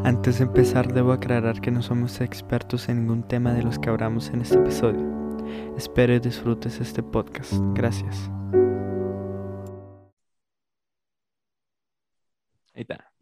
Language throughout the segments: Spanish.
Antes de empezar, debo aclarar que no somos expertos en ningún tema de los que hablamos en este episodio. Espero y disfrutes este podcast. Gracias. Ahí está.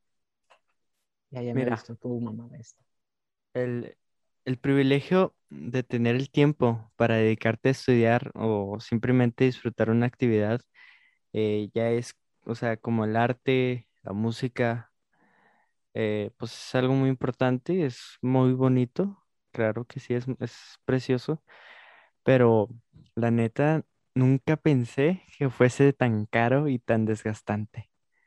Ya me Mira, gustó tu mamá esto. el, el privilegio de tener el tiempo para dedicarte a estudiar o simplemente disfrutar una actividad ya es, o sea, como el arte, la música, pues es algo muy importante, es muy bonito. Claro que sí, es precioso. Pero la neta, nunca pensé que fuese tan caro y tan desgastante.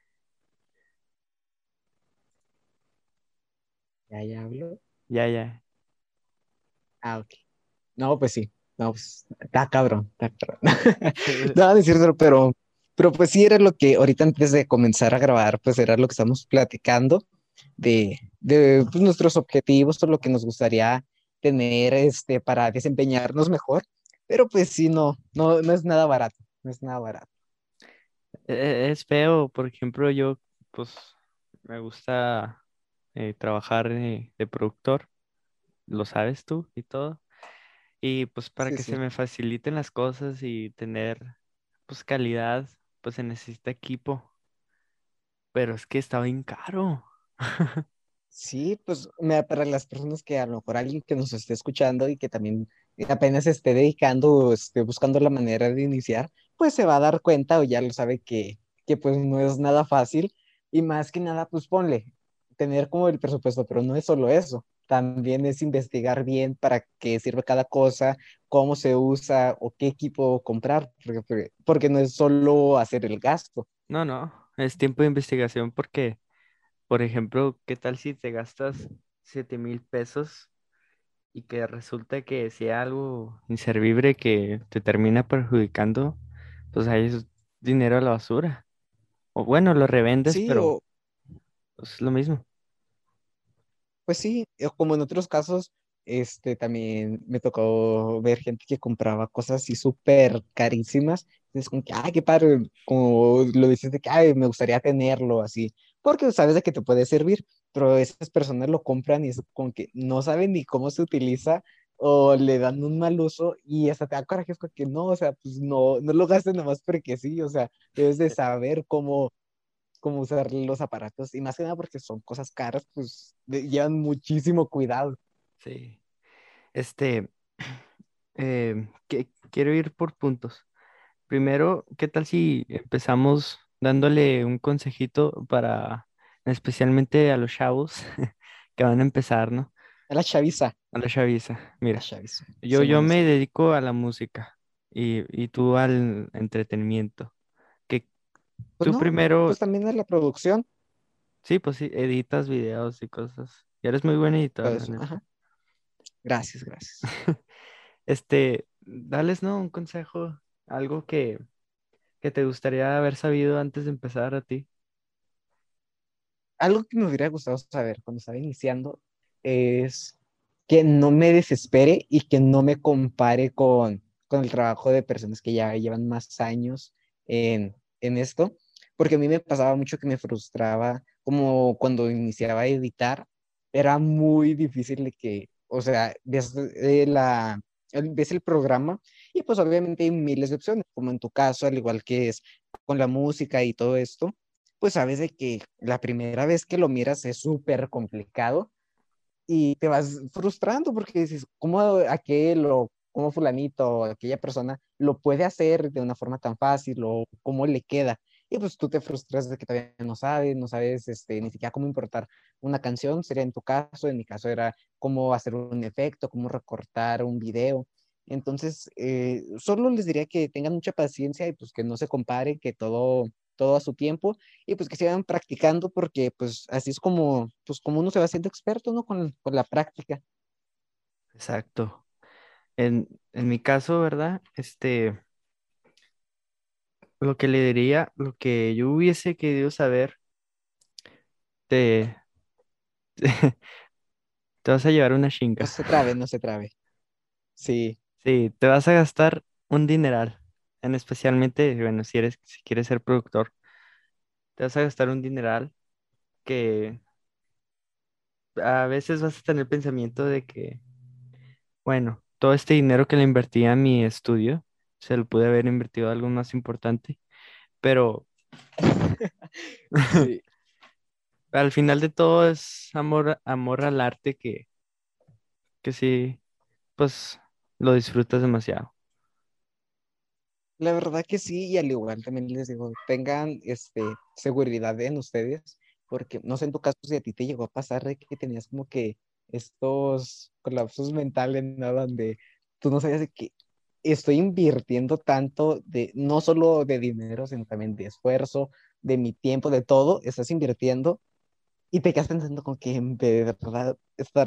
Ya hablo. Ya, ya. Ok. No, pues sí. No, pues está cabrón, está cabrón. No, no es cierto, pero pues sí era lo que ahorita antes de comenzar a grabar, pues era lo que estamos platicando de pues, nuestros objetivos, todo lo que nos gustaría tener para desempeñarnos mejor. Pero pues sí, no es nada barato, no es nada barato. Es feo, por ejemplo, yo, pues, me gusta trabajar de productor, lo sabes tú y todo. Y pues para Sí, que se sí. me faciliten las cosas y tener, pues, calidad, pues se necesita equipo. Pero es que está bien caro. Sí, pues mira, para las personas que a lo mejor alguien que nos esté escuchando y que también apenas se esté dedicando o esté buscando la manera de iniciar, pues se va a dar cuenta o ya lo sabe que pues no es nada fácil y más que nada pues ponle, tener como el presupuesto, pero no es solo eso, también es investigar bien para qué sirve cada cosa, cómo se usa o qué equipo comprar, porque no es solo hacer el gasto. No, no, es tiempo de investigación porque, por ejemplo, ¿qué tal si te gastas 7,000 pesos y que resulta que sea algo inservible que te termina perjudicando? Pues ahí es dinero a la basura. O bueno, lo revendes, Sí, pero pues, es lo mismo. pues sí, como en otros casos, también me tocó ver gente que compraba cosas así súper carísimas. Es como que, ay, qué padre, como lo dices de que, ay, me gustaría tenerlo así, porque sabes de que te puede servir, pero esas personas lo compran y es como que no saben ni cómo se utiliza o le dan un mal uso y hasta te da coraje, es como que no, o sea, pues no lo gastes nomás porque sí, o sea, debes de saber cómo usar los aparatos y más que nada porque son cosas caras, pues llevan muchísimo cuidado. Sí. Este, quiero ir por puntos. Primero, ¿qué tal si empezamos dándole un consejito para, especialmente a los chavos que van a empezar, ¿no? A la chaviza, A la chaviza. la Mira, chaviza, yo Simón, me Simón. dedico a la música y tú al entretenimiento. Que Pues tú no, primero, pues también a la producción, sí, pues sí, editas videos y cosas. Y eres muy buen editor, todo la eso. neta. Ajá. Gracias, gracias. Dales, ¿no? Un consejo, algo que te gustaría haber sabido antes de empezar a ti. Algo que me hubiera gustado saber cuando estaba iniciando es que no me desespere y que no me compare con el trabajo de personas que ya llevan más años en esto, porque a mí me pasaba mucho que me frustraba, como cuando iniciaba a editar, era muy difícil de que, o sea, ves el programa y pues obviamente hay miles de opciones, como en tu caso, al igual que es con la música y todo esto pues sabes de que la primera vez que lo miras es súper complicado y te vas frustrando porque dices, ¿cómo aquel o cómo fulanito o aquella persona lo puede hacer de una forma tan fácil o cómo le queda? Y pues tú te frustras de que todavía no sabes ni siquiera cómo importar una canción, sería en tu caso, en mi caso era cómo hacer un efecto, cómo recortar un video. Entonces, solo les diría que tengan mucha paciencia y pues que no se comparen, que todo a su tiempo y pues que sigan practicando porque pues así es como, pues como uno se va haciendo experto, ¿no? Con la práctica. Exacto. En mi caso, ¿verdad? Lo que le diría, lo que yo hubiese querido saber, te, te vas a llevar una No chinga. se trabe, no se trabe. Sí, Sí, te vas a gastar un dineral. En especialmente, bueno, si quieres ser productor, te vas a gastar un dineral que a veces vas a tener el pensamiento de que, bueno, todo este dinero que le invertí a mi estudio, se lo pude haber invertido a algo más importante, pero Sí. al final de todo es amor, amor al arte que sí, pues lo disfrutas demasiado. La verdad que sí, y al igual también les digo, tengan seguridad en ustedes, porque no sé en tu caso si a ti te llegó a pasar de que tenías como que estos colapsos mentales, ¿no? Donde tú no sabías de que estoy invirtiendo tanto de, no solo de dinero, sino también de esfuerzo, de mi tiempo, de todo, estás invirtiendo y te quedas pensando con que de verdad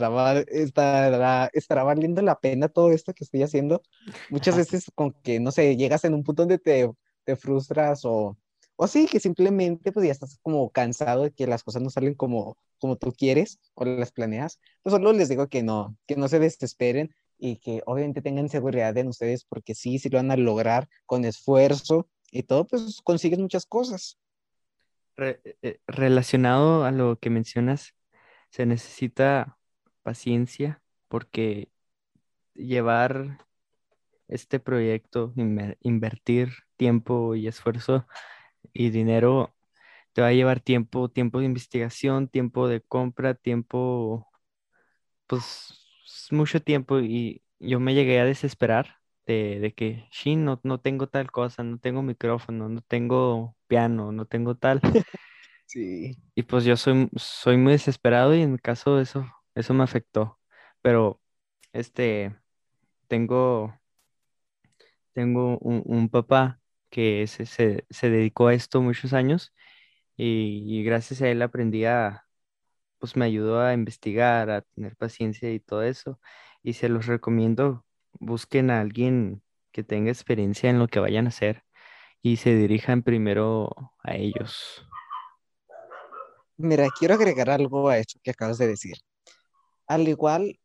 estará valiendo la pena todo esto que estoy haciendo. Muchas veces con que, no sé, llegas en un punto donde te frustras o sí, que simplemente pues ya estás como cansado de que las cosas no salen como tú quieres o las planeas. Pues solo les digo que no se desesperen y que obviamente tengan seguridad en ustedes porque sí, sí lo van a lograr con esfuerzo y todo, pues consigues muchas cosas. Relacionado a lo que mencionas, se necesita paciencia porque llevar este proyecto, invertir tiempo y esfuerzo y dinero, te va a llevar tiempo, tiempo de investigación, tiempo de compra, tiempo, pues mucho tiempo y yo me llegué a desesperar de que, sí, no, no tengo tal cosa, no tengo micrófono, no tengo piano, no tengo tal. Sí. Y pues yo soy muy desesperado y en mi caso eso me afectó. Pero este, tengo, tengo un papá que se dedicó a esto muchos años y gracias a él aprendí pues me ayudó a investigar, a tener paciencia y todo eso. Y se los recomiendo, busquen a alguien que tenga experiencia en lo que vayan a hacer y se dirijan primero a ellos. Mira, quiero agregar algo a eso que acabas de decir. Al igual,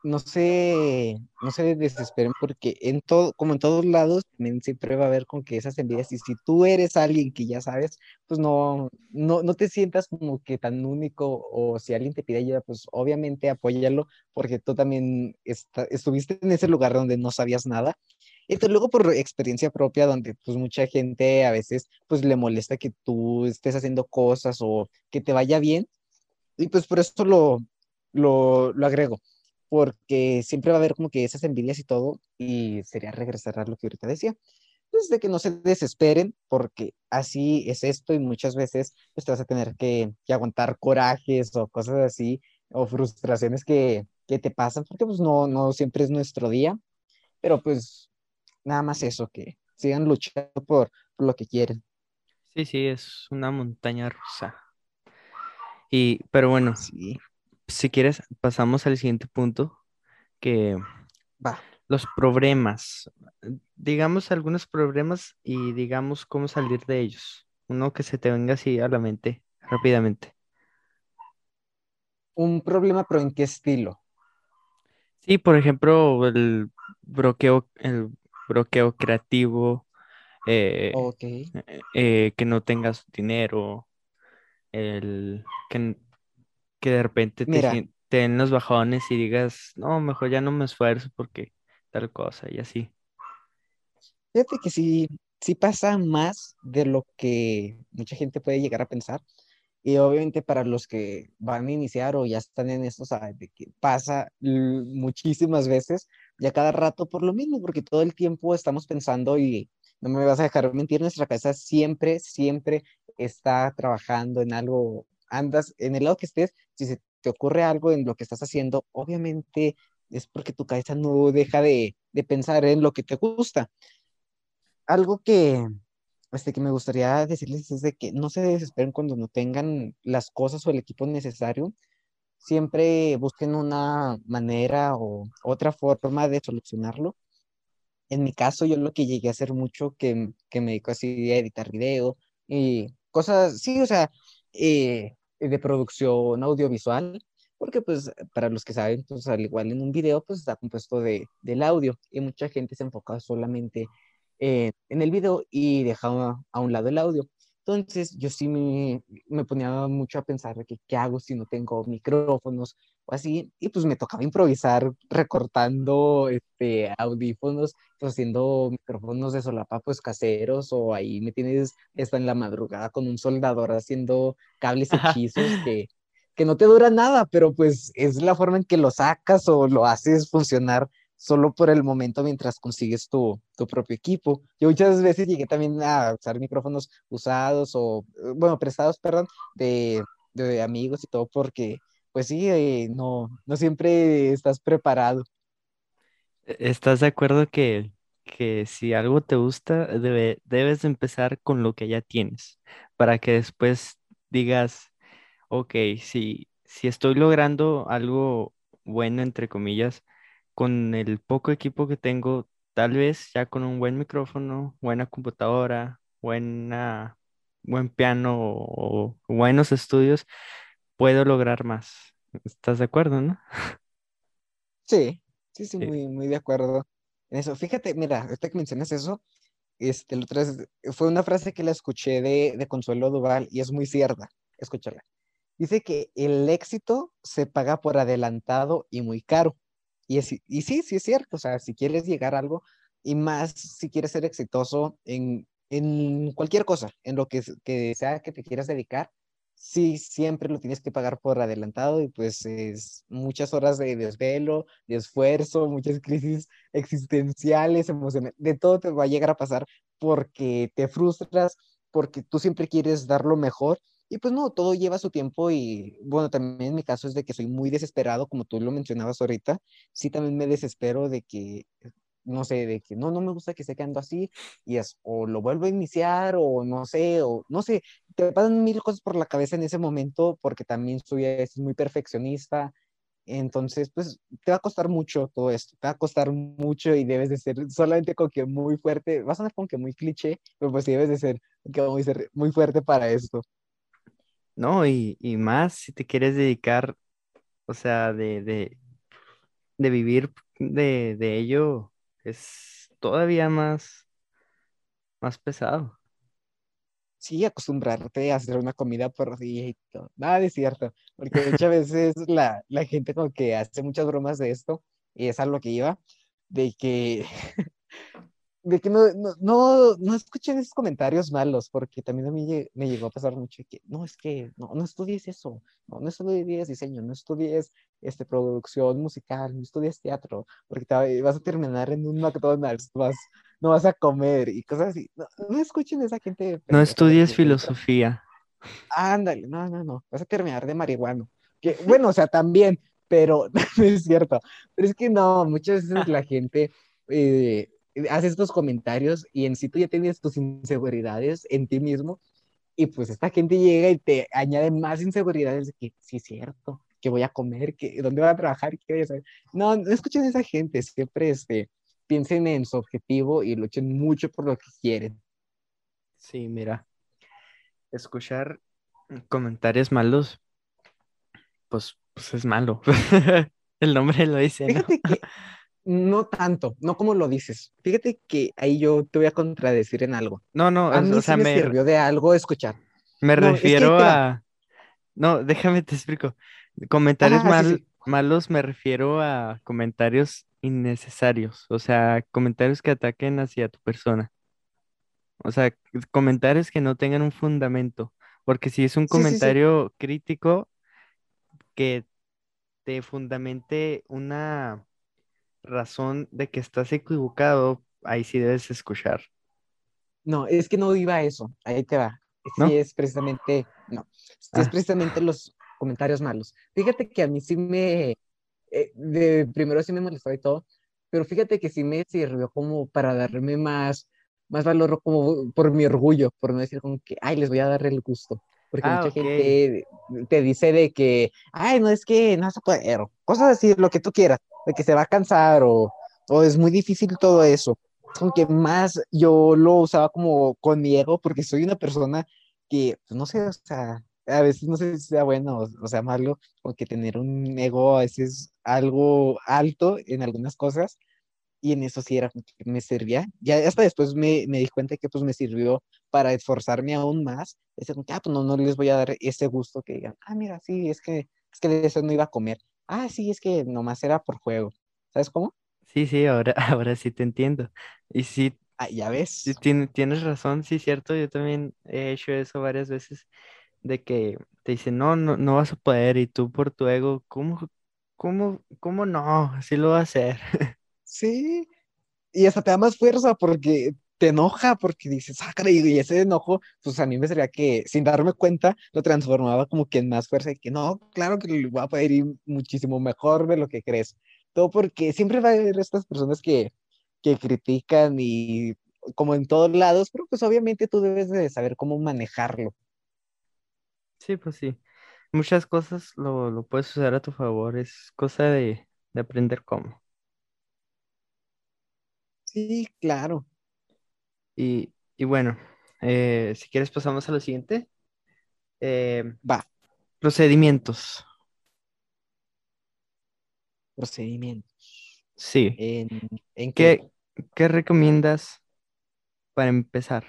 no se desesperen porque en todo, como en todos lados, también siempre va a haber con que esas envidias. Y si tú eres alguien que ya sabes, pues no te sientas como que tan único. O si alguien te pide ayuda, pues obviamente apóyalo, porque tú también estuviste en ese lugar donde no sabías nada. Y tú luego por experiencia propia, donde pues mucha gente a veces pues le molesta que tú estés haciendo cosas o que te vaya bien y pues por eso lo agrego, porque siempre va a haber como que esas envidias y todo, y sería regresar a lo que ahorita decía, pues de que no se desesperen, porque así es esto, y muchas veces pues te vas a tener que aguantar corajes o cosas así, o frustraciones que te pasan, porque pues no siempre es nuestro día, pero pues nada más eso, que sigan luchando por lo que quieren. Sí, sí, es una montaña rusa. Pero bueno, Sí, si quieres, pasamos al siguiente punto, que va. los problemas, digamos algunos problemas y digamos cómo salir de ellos. Uno que se te venga así a la mente rápidamente. Un problema, pero ¿en qué estilo? Sí, por ejemplo, el bloqueo creativo, eh, Ok. que no tengas dinero, el que de repente Mira, te den los bajones y digas, no, mejor ya no me esfuerzo porque tal cosa y así. fíjate que sí, sí pasa más de lo que mucha gente puede llegar a pensar. Y obviamente para los que van a iniciar o ya están en esto, saben de que pasa muchísimas veces, ya cada rato por lo mismo, porque todo el tiempo estamos pensando y no me vas a dejar mentir, nuestra cabeza siempre está trabajando en algo, andas en el lado que estés, si se te ocurre algo en lo que estás haciendo, obviamente es porque tu cabeza no deja de pensar en lo que te gusta. Algo que me gustaría decirles es de que no se desesperen cuando no tengan las cosas o el equipo necesario. Siempre busquen una manera o otra forma de solucionarlo. En mi caso, yo lo que llegué a hacer mucho, que me dedico así a editar video y cosas, sí, o sea, de producción audiovisual, porque pues para los que saben, pues al igual en un video, pues está compuesto del audio y mucha gente se enfoca solamente en el video y deja a un lado el audio. Entonces, yo sí me ponía mucho a pensar de que, qué hago si no tengo micrófonos o así, y pues me tocaba improvisar recortando audífonos, pues haciendo micrófonos de solapa, pues caseros, o ahí me tienes hasta en la madrugada con un soldador haciendo cables hechizos que no te duran nada, pero pues es la forma en que lo sacas o lo haces funcionar solo por el momento mientras consigues tu propio equipo. Yo muchas veces llegué también a usar micrófonos usados o, bueno, prestados, perdón, de amigos y todo, porque, pues sí, no siempre estás preparado. ¿Estás de acuerdo que si algo te gusta, debes de empezar con lo que ya tienes, para que después digas, ok, si estoy logrando algo bueno, entre comillas, con el poco equipo que tengo, tal vez ya con un buen micrófono, buena computadora, buen piano o buenos estudios, puedo lograr más. ¿Estás de acuerdo, no? Sí, sí, Sí. muy de acuerdo en eso. Fíjate, mira, ahorita que mencionas eso, la otra vez, fue una frase que la escuché de Consuelo Duval y es muy cierta. Escúchala. Dice que el éxito se paga por adelantado y muy caro. Y sí, sí es cierto. O sea, si quieres llegar a algo y más si quieres ser exitoso en cualquier cosa, en lo que sea que te quieras dedicar, sí, siempre lo tienes que pagar por adelantado y pues es muchas horas de desvelo, de esfuerzo, muchas crisis existenciales, emocionales, de todo te va a llegar a pasar porque te frustras, porque tú siempre quieres dar lo mejor y pues no, todo lleva su tiempo y bueno, también en mi caso es de que soy muy desesperado, como tú lo mencionabas ahorita, sí también me desespero de que, no sé, de que no me gusta que esté quedando así y es o lo vuelvo a iniciar o no sé, te pasan mil cosas por la cabeza en ese momento porque también soy a veces muy perfeccionista, entonces pues te va a costar mucho todo esto, te va a costar mucho y debes de ser solamente con que muy fuerte, va a sonar como que muy cliché, pero pues sí debes de ser, que muy fuerte para esto. No, y más si te quieres dedicar, o sea, de vivir de ello, es todavía más pesado. Sí, acostumbrarte a hacer una comida por día y todo. Nada es cierto, porque muchas veces la gente como que hace muchas bromas de esto, y es a lo que iba, de que, de que no escuchen esos comentarios malos, porque también a mí me llegó a pasar mucho que, no, es que no estudies eso, no estudies diseño, no estudies producción musical, no estudies teatro, porque vas a terminar en un McDonald's, no vas a comer y cosas así. No escuchen a esa gente No pendeja, estudies porque filosofía. ándale, no, vas a terminar de marihuano. Que, bueno, o sea, también, pero no es cierto. Pero es que no, muchas veces la gente eh, hace estos comentarios y en sí tú ya tienes tus inseguridades en ti mismo y pues esta gente llega y te añade más inseguridades de que sí es cierto, que voy a comer, que dónde voy a trabajar, qué voy a hacer. No escuchen a esa gente, siempre piensen en su objetivo y luchen mucho por lo que quieren. Sí, mira, escuchar comentarios malos, pues es malo. El nombre lo dice, ¿no? Fíjate que no tanto, no como lo dices. Fíjate que ahí yo te voy a contradecir en algo. No, no, A o mí sí sea, me sirvió de algo escuchar. me No, es que ahí refiero te va. a... No, déjame te explico. Comentarios Sí, sí. malos me refiero a comentarios innecesarios, o sea, comentarios que ataquen hacia tu persona. O sea, comentarios que no tengan un fundamento, porque si es un Sí, sí, sí. comentario crítico que te fundamente una razón de que estás equivocado, ahí sí debes escuchar, No, es que no iba a eso. Ahí te va. Sí ¿no? es precisamente, no, sí es Ah, precisamente los comentarios malos. Fíjate que a mí sí de primero sí me molestó y todo, pero fíjate que sí me sirvió como para darme más valor como por mi orgullo, por no decir como que, ay, les voy a dar el gusto, porque mucha ok. gente te dice de que, ay, no es que no se puede, o cosas así, lo que tú quieras, de que se va a cansar o es muy difícil todo eso. Aunque más yo lo usaba como con mi ego, porque soy una persona que, pues, no sé, o sea, a veces no sé si sea bueno o sea malo, porque tener un ego a veces algo alto en algunas cosas, y en eso sí era como que me servía. Ya hasta después me di cuenta que pues me sirvió para esforzarme aún más, es como que, pues no, no les voy a dar ese gusto que digan, mira, sí, es que de eso no iba a comer. Sí, es que nomás era por juego. ¿Sabes cómo? Sí, sí, ahora, ahora sí te entiendo. Y sí, Ya sí, ves. tienes razón, sí, cierto, yo también he hecho eso varias veces, de que te dicen, no, no, no vas a poder, y tú por tu ego, cómo no? Sí lo va a hacer. Sí, y hasta te da más fuerza porque te enoja, porque dices, caray, y ese enojo, pues a mí me sería que sin darme cuenta lo transformaba como que en más fuerza y que no, claro que le va a poder ir muchísimo mejor de lo que crees. Todo porque siempre va a haber estas personas que critican y como en todos lados, pero pues obviamente tú debes de saber cómo manejarlo. Sí, pues sí. Muchas cosas lo puedes usar a tu favor, es cosa de aprender cómo. Sí, claro. Y bueno, si quieres pasamos a lo siguiente. Eh, Va, procedimientos. procedimiento. Sí. ¿En, en qué? ¿Qué, qué recomiendas para empezar?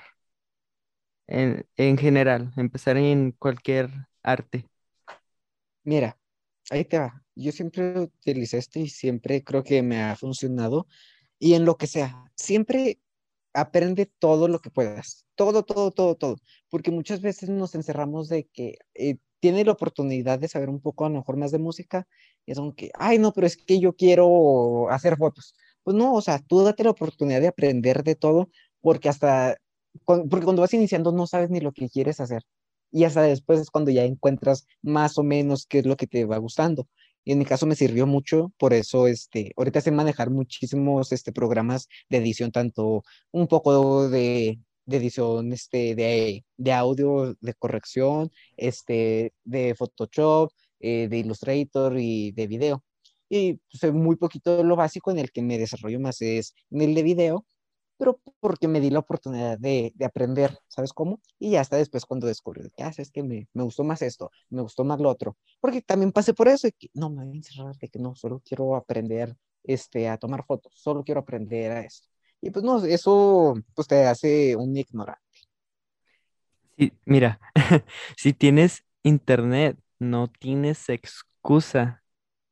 En general, empezar en cualquier arte. Mira, ahí te va. Yo siempre utilicé esto y siempre creo que me ha funcionado. Y en lo que sea, siempre aprende todo lo que puedas. Todo, todo, todo, todo. Porque muchas veces nos encerramos de que tiene la oportunidad de saber un poco a lo mejor más de música. Y es como que, ay, no, pero es que yo quiero hacer fotos. Pues no, o sea, tú date la oportunidad de aprender de todo, porque porque cuando vas iniciando no sabes ni lo que quieres hacer. Y hasta después es cuando ya encuentras más o menos qué es lo que te va gustando. Y en mi caso me sirvió mucho, por eso ahorita sé manejar muchísimos programas de edición, tanto un poco de edición de audio, de corrección, de Photoshop, de Illustrator y de video. Y pues, muy poquito lo básico en el que me desarrollo más es en el de video, pero porque me di la oportunidad de aprender, ¿sabes cómo? Y ya hasta después cuando descubrí, es que me gustó más esto, me gustó más lo otro, porque también pasé por eso, y que no me voy a encerrar de que no, solo quiero aprender a tomar fotos, solo quiero aprender a esto. Y pues no, eso pues te hace un ignorante. Sí, mira, si tienes internet, no tienes excusa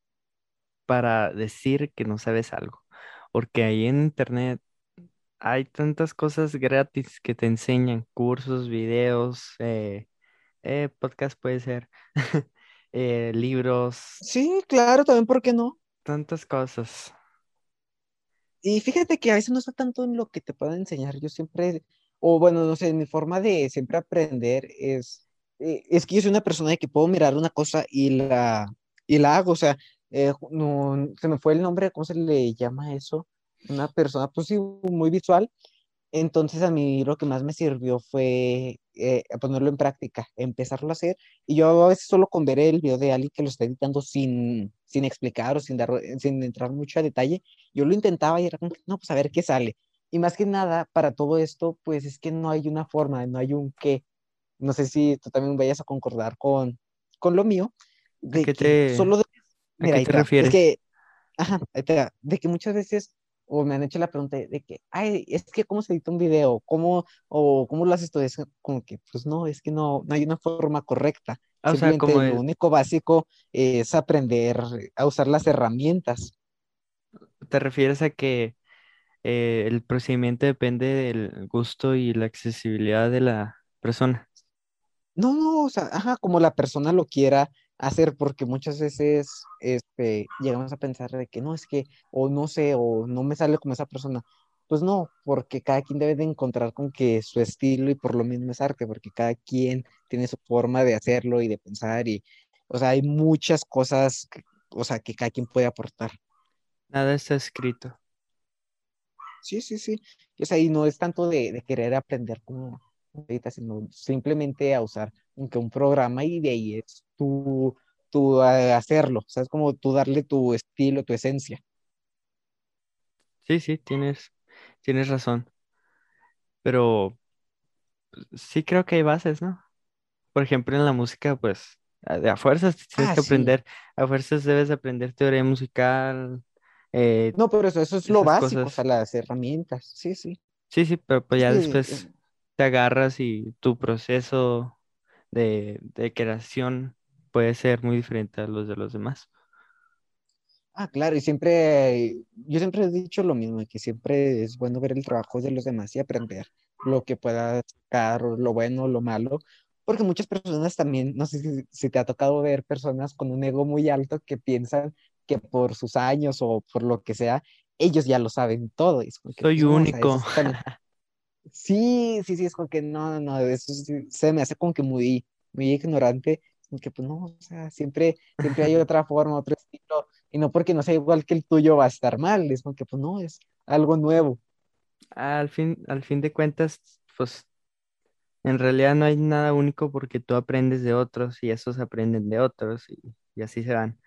para decir que no sabes algo, porque ahí en internet hay tantas cosas gratis que te enseñan, cursos, videos, podcast puede ser, libros, Sí, claro, también, ¿por qué no? tantas cosas. Y fíjate que a veces no está tanto en lo que te puedan enseñar. Yo siempre, o bueno, no sé, mi forma de siempre aprender es que yo soy una persona de que puedo mirar una cosa y la hago. O sea, no, se me fue el nombre, ¿cómo se le llama eso? Una persona, pues sí, muy visual. Entonces a mí lo que más me sirvió fue ponerlo en práctica, empezarlo a hacer. Y yo a veces solo con ver el video de alguien que lo está editando sin explicar o sin entrar mucho a detalle, yo lo intentaba y era como, que, no, pues a ver qué sale. Y más que nada, para todo esto, pues es que no hay una forma, no hay un qué. No sé si tú también vayas a concordar con lo mío, ¿A de qué que te, solo, a mira, qué ahí te está, es refieres? que ajá, ahí te va. De que muchas veces, o me han hecho la pregunta de que, ay, es que cómo se edita un video, cómo lo haces todo eso, como que, pues no, es que no hay una forma correcta. Ah, o sea, Simplemente lo único básico es aprender a usar las herramientas. te refieres a que el procedimiento depende del gusto y la accesibilidad de la persona. No, no, o sea, ajá, como la persona lo quiera hacer, porque muchas veces llegamos a pensar de que no, es que, o no sé, o no me sale como esa persona. Pues no, porque cada quien debe de encontrar con que su estilo y por lo mismo es arte, porque cada quien tiene su forma de hacerlo y de pensar y, o sea, hay muchas cosas, o sea, que cada quien puede aportar. Nada está escrito. Sí, sí, sí. O sea, y no es tanto de querer aprender como ahorita, sino simplemente a usar aunque un programa y de ahí es tú hacerlo. O sea, es como tú darle tu estilo, tu esencia. Sí, sí, tienes razón. Pero sí creo que hay bases, ¿no? Por ejemplo, en la música, pues, a fuerzas tienes que Sí. aprender, a fuerzas debes aprender teoría musical, eh, No, pero eso es lo esas básico, o sea, cosas. las herramientas. Sí, sí. Sí, sí, pero pues Es ya que después. te agarras y tu proceso de creación puede ser muy diferente a los de los demás. Ah, claro, y siempre, yo siempre he dicho lo mismo, que siempre es bueno ver el trabajo de los demás y aprender lo que pueda sacar, lo bueno, lo malo, porque muchas personas también, no sé si te ha tocado ver personas con un ego muy alto que piensan que por sus años o por lo que sea, ellos ya lo saben todo, y es como que, Soy pues no, o sea, eso único. es también, sí, sí, sí, es como que no, eso se me hace como que muy ignorante, como que pues no, o sea, siempre hay otra forma, otro estilo, y no porque no sea igual que el tuyo va a estar mal, es como que pues no, es algo nuevo. Al fin de cuentas, pues en realidad no hay nada único porque tú aprendes de otros y esos aprenden de otros y así se van.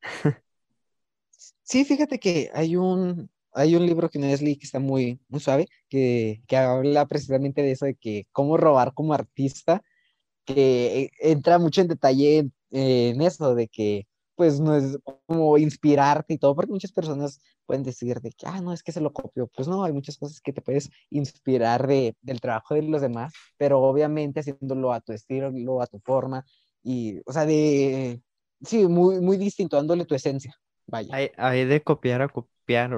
Sí, fíjate que hay un libro que no es leí que está muy suave, que habla precisamente de eso, de que cómo robar como artista que entra mucho en detalle en eso, de que pues no es como inspirarte y todo, porque muchas personas pueden decir de que, no, es que se lo copió. Pues no, hay muchas cosas que te puedes inspirar del trabajo de los demás, pero obviamente haciéndolo a tu estilo, a tu forma, y, o sea, sí, muy distinto, dándole tu esencia, vaya. Hay de copiar a copiar.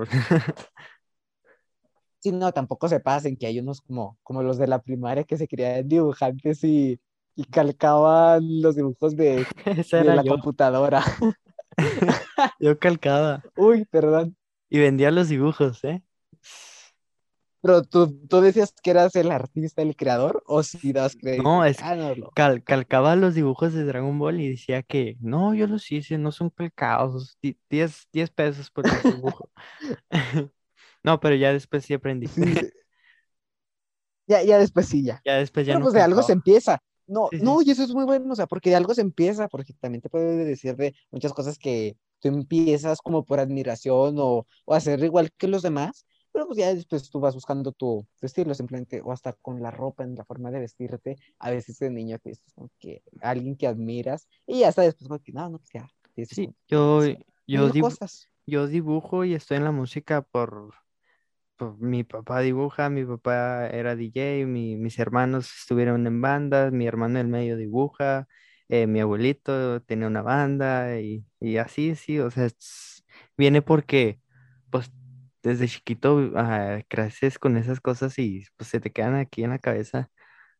Sí, no, tampoco se pasen, que hay unos como los de la primaria que se creían dibujantes y calcaban los dibujos de, Esa de era la yo. computadora. Yo calcaba Uy, perdón. y vendía los dibujos, ¿eh? Pero tú decías que eras el artista, el creador, o si das crédito. No, es que No, no. calcaba los dibujos de Dragon Ball y decía que no, yo los hice, no son calcados, 10 pesos por ese dibujo. No, pero ya después sí aprendí. Sí, sí. Ya después sí, ya. Ya después ya Pero no pues de algo se calcaba. empieza. No, Sí, sí. no, y eso es muy bueno, o sea, porque de algo se empieza, porque también te puedo decir de muchas cosas que tú empiezas como por admiración o hacer igual que los demás, pero pues ya después tú vas buscando tu estilo simplemente, o hasta con la ropa, en la forma de vestirte, a veces de niño que es como que alguien que admiras, y ya hasta después como que no, pues ya, y dices Sí, como que ya, pues yo, mil dibu- cosas. yo dibujo y estoy en la música por mi papá dibuja, mi papá era DJ, mis hermanos estuvieron en bandas, mi hermano del medio dibuja, mi abuelito tenía una banda y así, sí, o sea, viene porque pues desde chiquito creces con esas cosas y pues se te quedan aquí en la cabeza.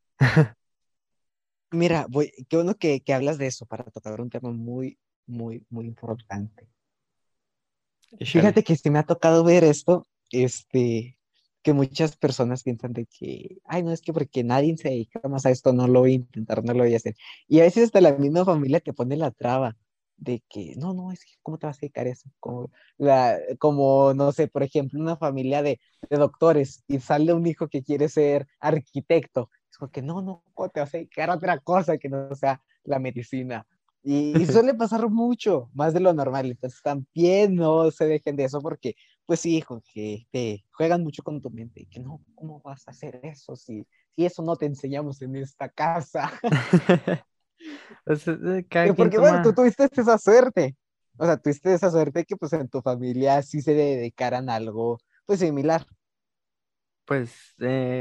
Mira, qué bueno que hablas de eso para tocar un tema muy importante. Échale. Fíjate que sí me ha tocado ver esto, que muchas personas piensan de que, ay, no, es que porque nadie se dedica más a esto, no lo voy a intentar, no lo voy a hacer. Y a veces hasta la misma familia te pone la traba de que, no, es que, ¿cómo te vas a dedicar a eso? Como, no sé, por ejemplo, una familia de doctores y sale un hijo que quiere ser arquitecto. Es como que, no, ¿cómo te vas a dedicar a otra cosa que no sea la medicina? Y suele pasar mucho, más de lo normal. Entonces también no se dejen de eso porque, pues sí, hijo, que te juegan mucho con tu mente. Y que no, ¿cómo vas a hacer eso si eso no te enseñamos en esta casa? O sea, cada quien Porque bueno, tú toma, tuviste esa suerte. O sea, tuviste esa suerte que pues en tu familia sí se dedicaran a algo pues similar. pues,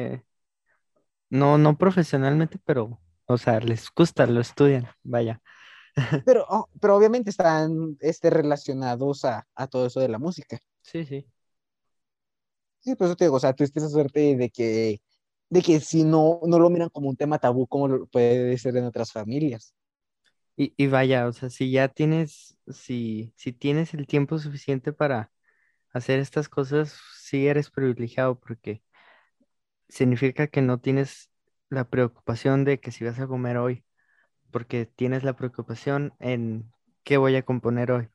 no profesionalmente, pero, o sea, les gusta, lo estudian, vaya. Pero obviamente están relacionados a todo eso de la música. Sí, sí. Sí, por eso te digo, o sea, tuviste esa suerte de que si no lo miran como un tema tabú, como lo puede ser en otras familias. Y vaya, o sea, si tienes el tiempo suficiente para hacer estas cosas, sí eres privilegiado porque significa que no tienes la preocupación de que si vas a comer hoy, porque tienes la preocupación en qué voy a componer hoy.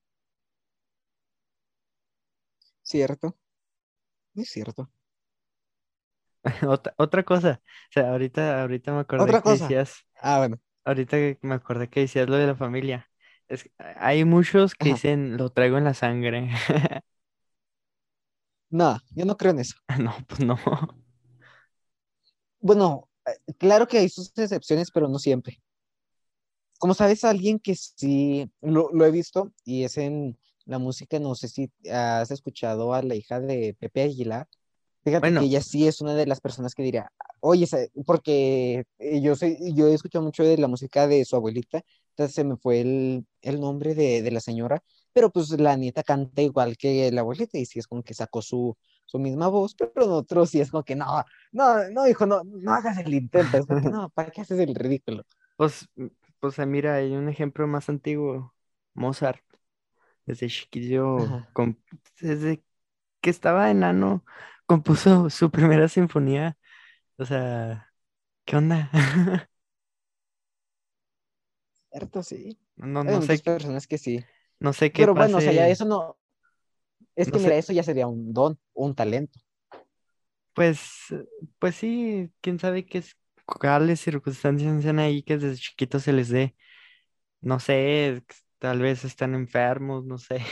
¿Cierto? Es cierto. Otra cosa, o sea, ahorita me acordé Otra que cosa. decías, Bueno. ahorita que me acordé que decías lo de la familia. Es que hay muchos que Ajá. dicen, lo traigo en la sangre. No, yo no creo en eso. No, pues no. Bueno, claro que hay sus excepciones, pero no siempre. Como sabes, alguien que sí lo he visto y es en la música, no sé si has escuchado a la hija de Pepe Aguilar. Fíjate que Bueno, ella sí es una de las personas que diría, oye, porque yo he escuchado mucho de la música de su abuelita, entonces se me fue el nombre de la señora, pero pues la nieta canta igual que la abuelita y sí es como que sacó su misma voz, pero en otros sí es como que no, no, no, hijo, no, no hagas el intento, es como que no, ¿para qué haces el ridículo? pues, mira, hay un ejemplo más antiguo, Mozart, desde chiquillo, Ajá, desde que estaba enano, compuso su primera sinfonía, o sea, ¿qué onda? cierto, sí. No, Hay no sé, muchas personas que sí, no sé qué pero bueno, o sea, ya pase, eso no, es no que mira, sé, eso ya sería un don, un talento. pues, pues sí, quién sabe cuáles circunstancias sean ahí que desde chiquitos se les dé, no sé, tal vez están enfermos, no sé.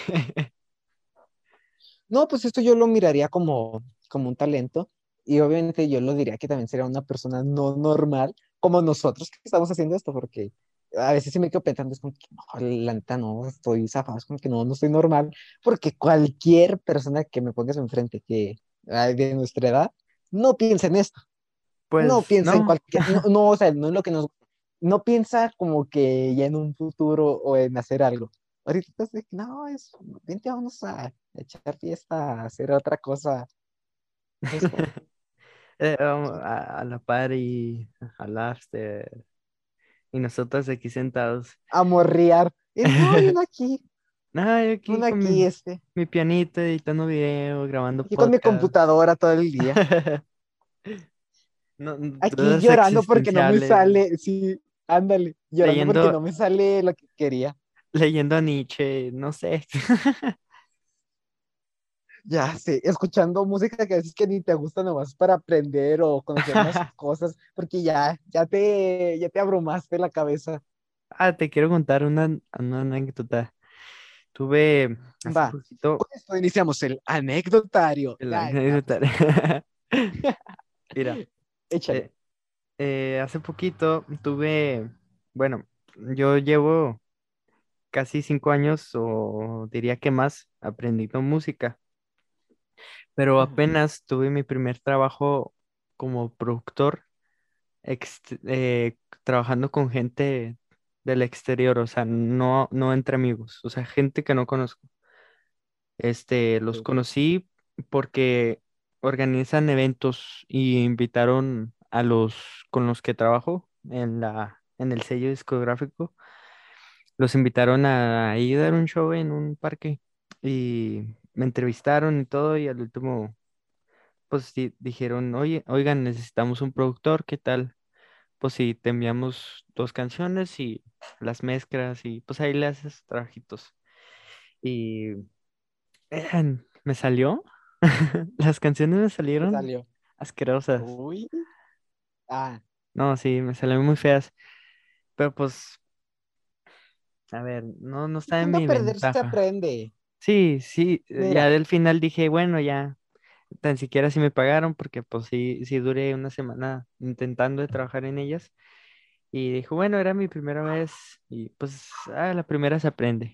No, pues esto yo lo miraría como un talento y obviamente yo lo diría que también sería una persona no normal como nosotros que estamos haciendo esto, porque a veces sí me quedo pensando, es como que no, la neta no, estoy zafado, es como que no, no estoy normal, porque cualquier persona que me pongas enfrente que de nuestra edad no piensa en esto, no Pues piensa en no. cualquier, no, no, o sea, no es lo que nos, no piensa como que ya en un futuro o en hacer algo. Ahorita estás de que, no, vente, vamos a echar fiesta, a hacer otra cosa. Es como, Vamos a la par y al after, y nosotros aquí sentados. a morrear. Y no, hay Nada, yo aquí uno con aquí, mi pianito, editando video, grabando aquí con mi podcast. computadora todo el día. No, Aquí dudas llorando porque no me existenciales, sale, sí, ándale, llorando porque leyendo, no me sale lo que quería. leyendo a Nietzsche, no sé. Ya sé, escuchando música que a veces que ni te gusta nomás para aprender o conocer más cosas, porque ya te abrumaste la cabeza. Ah, te quiero contar una anécdota. Tuve hace Va, poquito con esto iniciamos el anecdotario. la Ay, no, pues anécdota. sí, Mira, échale. eh, hace poquito tuve, bueno, yo llevo casi 5 años o diría que más aprendiendo música, pero Ajá, apenas tuve mi primer trabajo como productor, trabajando con gente del exterior, o sea, no entre amigos, o sea, gente que no conozco. Los ok, conocí porque organizan eventos y invitaron a los con los que trabajo en el sello discográfico. Los invitaron a ir a dar un show en un parque y me entrevistaron y todo y al último pues sí, dijeron, oye, oigan, necesitamos un productor, ¿qué tal? Pues sí, te enviamos 2 canciones y las mezclas y pues ahí le haces trabajitos. Y me salió, las canciones me te salieron salió. asquerosas. Uy, ah, No, sí, me salieron muy feas, pero pues, a ver, no está en echando a mi perder se ventaja. aprende. Sí, sí, ya Mira, del final dije, bueno, ya, tan siquiera si me pagaron, porque pues sí, sí duré una semana intentando de trabajar en ellas. Y dijo, bueno, era mi primera vez y pues, la primera se aprende.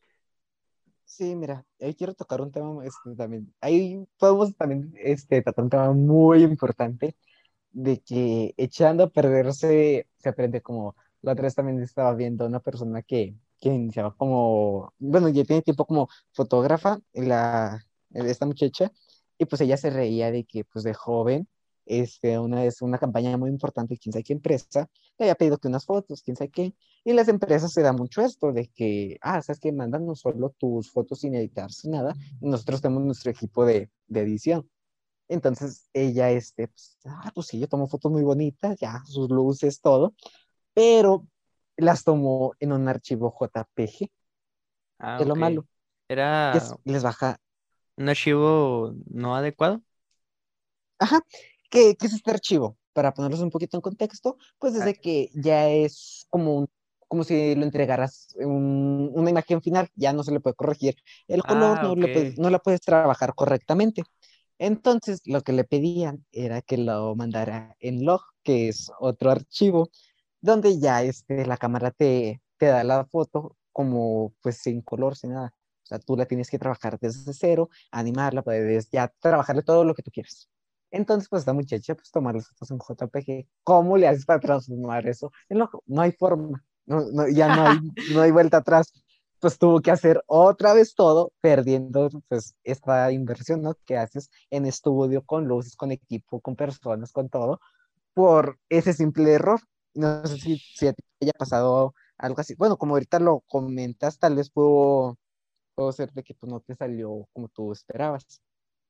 sí, mira, ahí quiero tocar un tema también. Ahí podemos también tratar un tema muy importante de que echando a perder se aprende como la otra vez también estaba viendo una persona que iniciaba como, bueno, ya tiene tiempo como fotógrafa, esta muchacha, y pues ella se reía de que pues de joven, una vez una campaña muy importante, quién sabe qué empresa, le había pedido que unas fotos, quién sabe qué, y las empresas se da mucho esto de que, sabes que mándanos solo tus fotos sin editar, sin nada, y nosotros tenemos nuestro equipo de edición. Entonces ella, pues sí, yo tomo fotos muy bonitas, ya, sus luces, todo, pero las tomó en un archivo JPG, Ah, es lo ok. malo, que Era les baja, un archivo no adecuado. ajá, ¿qué es este archivo? Para ponerlos un poquito en contexto, pues Ah, desde que ya es como si lo entregaras una imagen final, ya no se le puede corregir el color, ok. no la puedes trabajar correctamente. Entonces, lo que le pedían era que lo mandara en log, que es otro archivo, donde ya la cámara te da la foto como pues sin color, sin nada. O sea, tú la tienes que trabajar desde cero, animarla, puedes ya trabajarle todo lo que tú quieras. Entonces, pues esta muchacha, pues toma las fotos en JPG. ¿Cómo le haces para transformar eso? No hay forma, ya no hay vuelta atrás. Pues tuvo que hacer otra vez todo, perdiendo pues esta inversión, ¿no? Que haces en estudio, con luces, con equipo, con personas, con todo, por ese simple error. No sé si a ti te haya pasado algo así. Bueno, como ahorita lo comentas, tal vez puedo ser de que pues, no te salió como tú esperabas.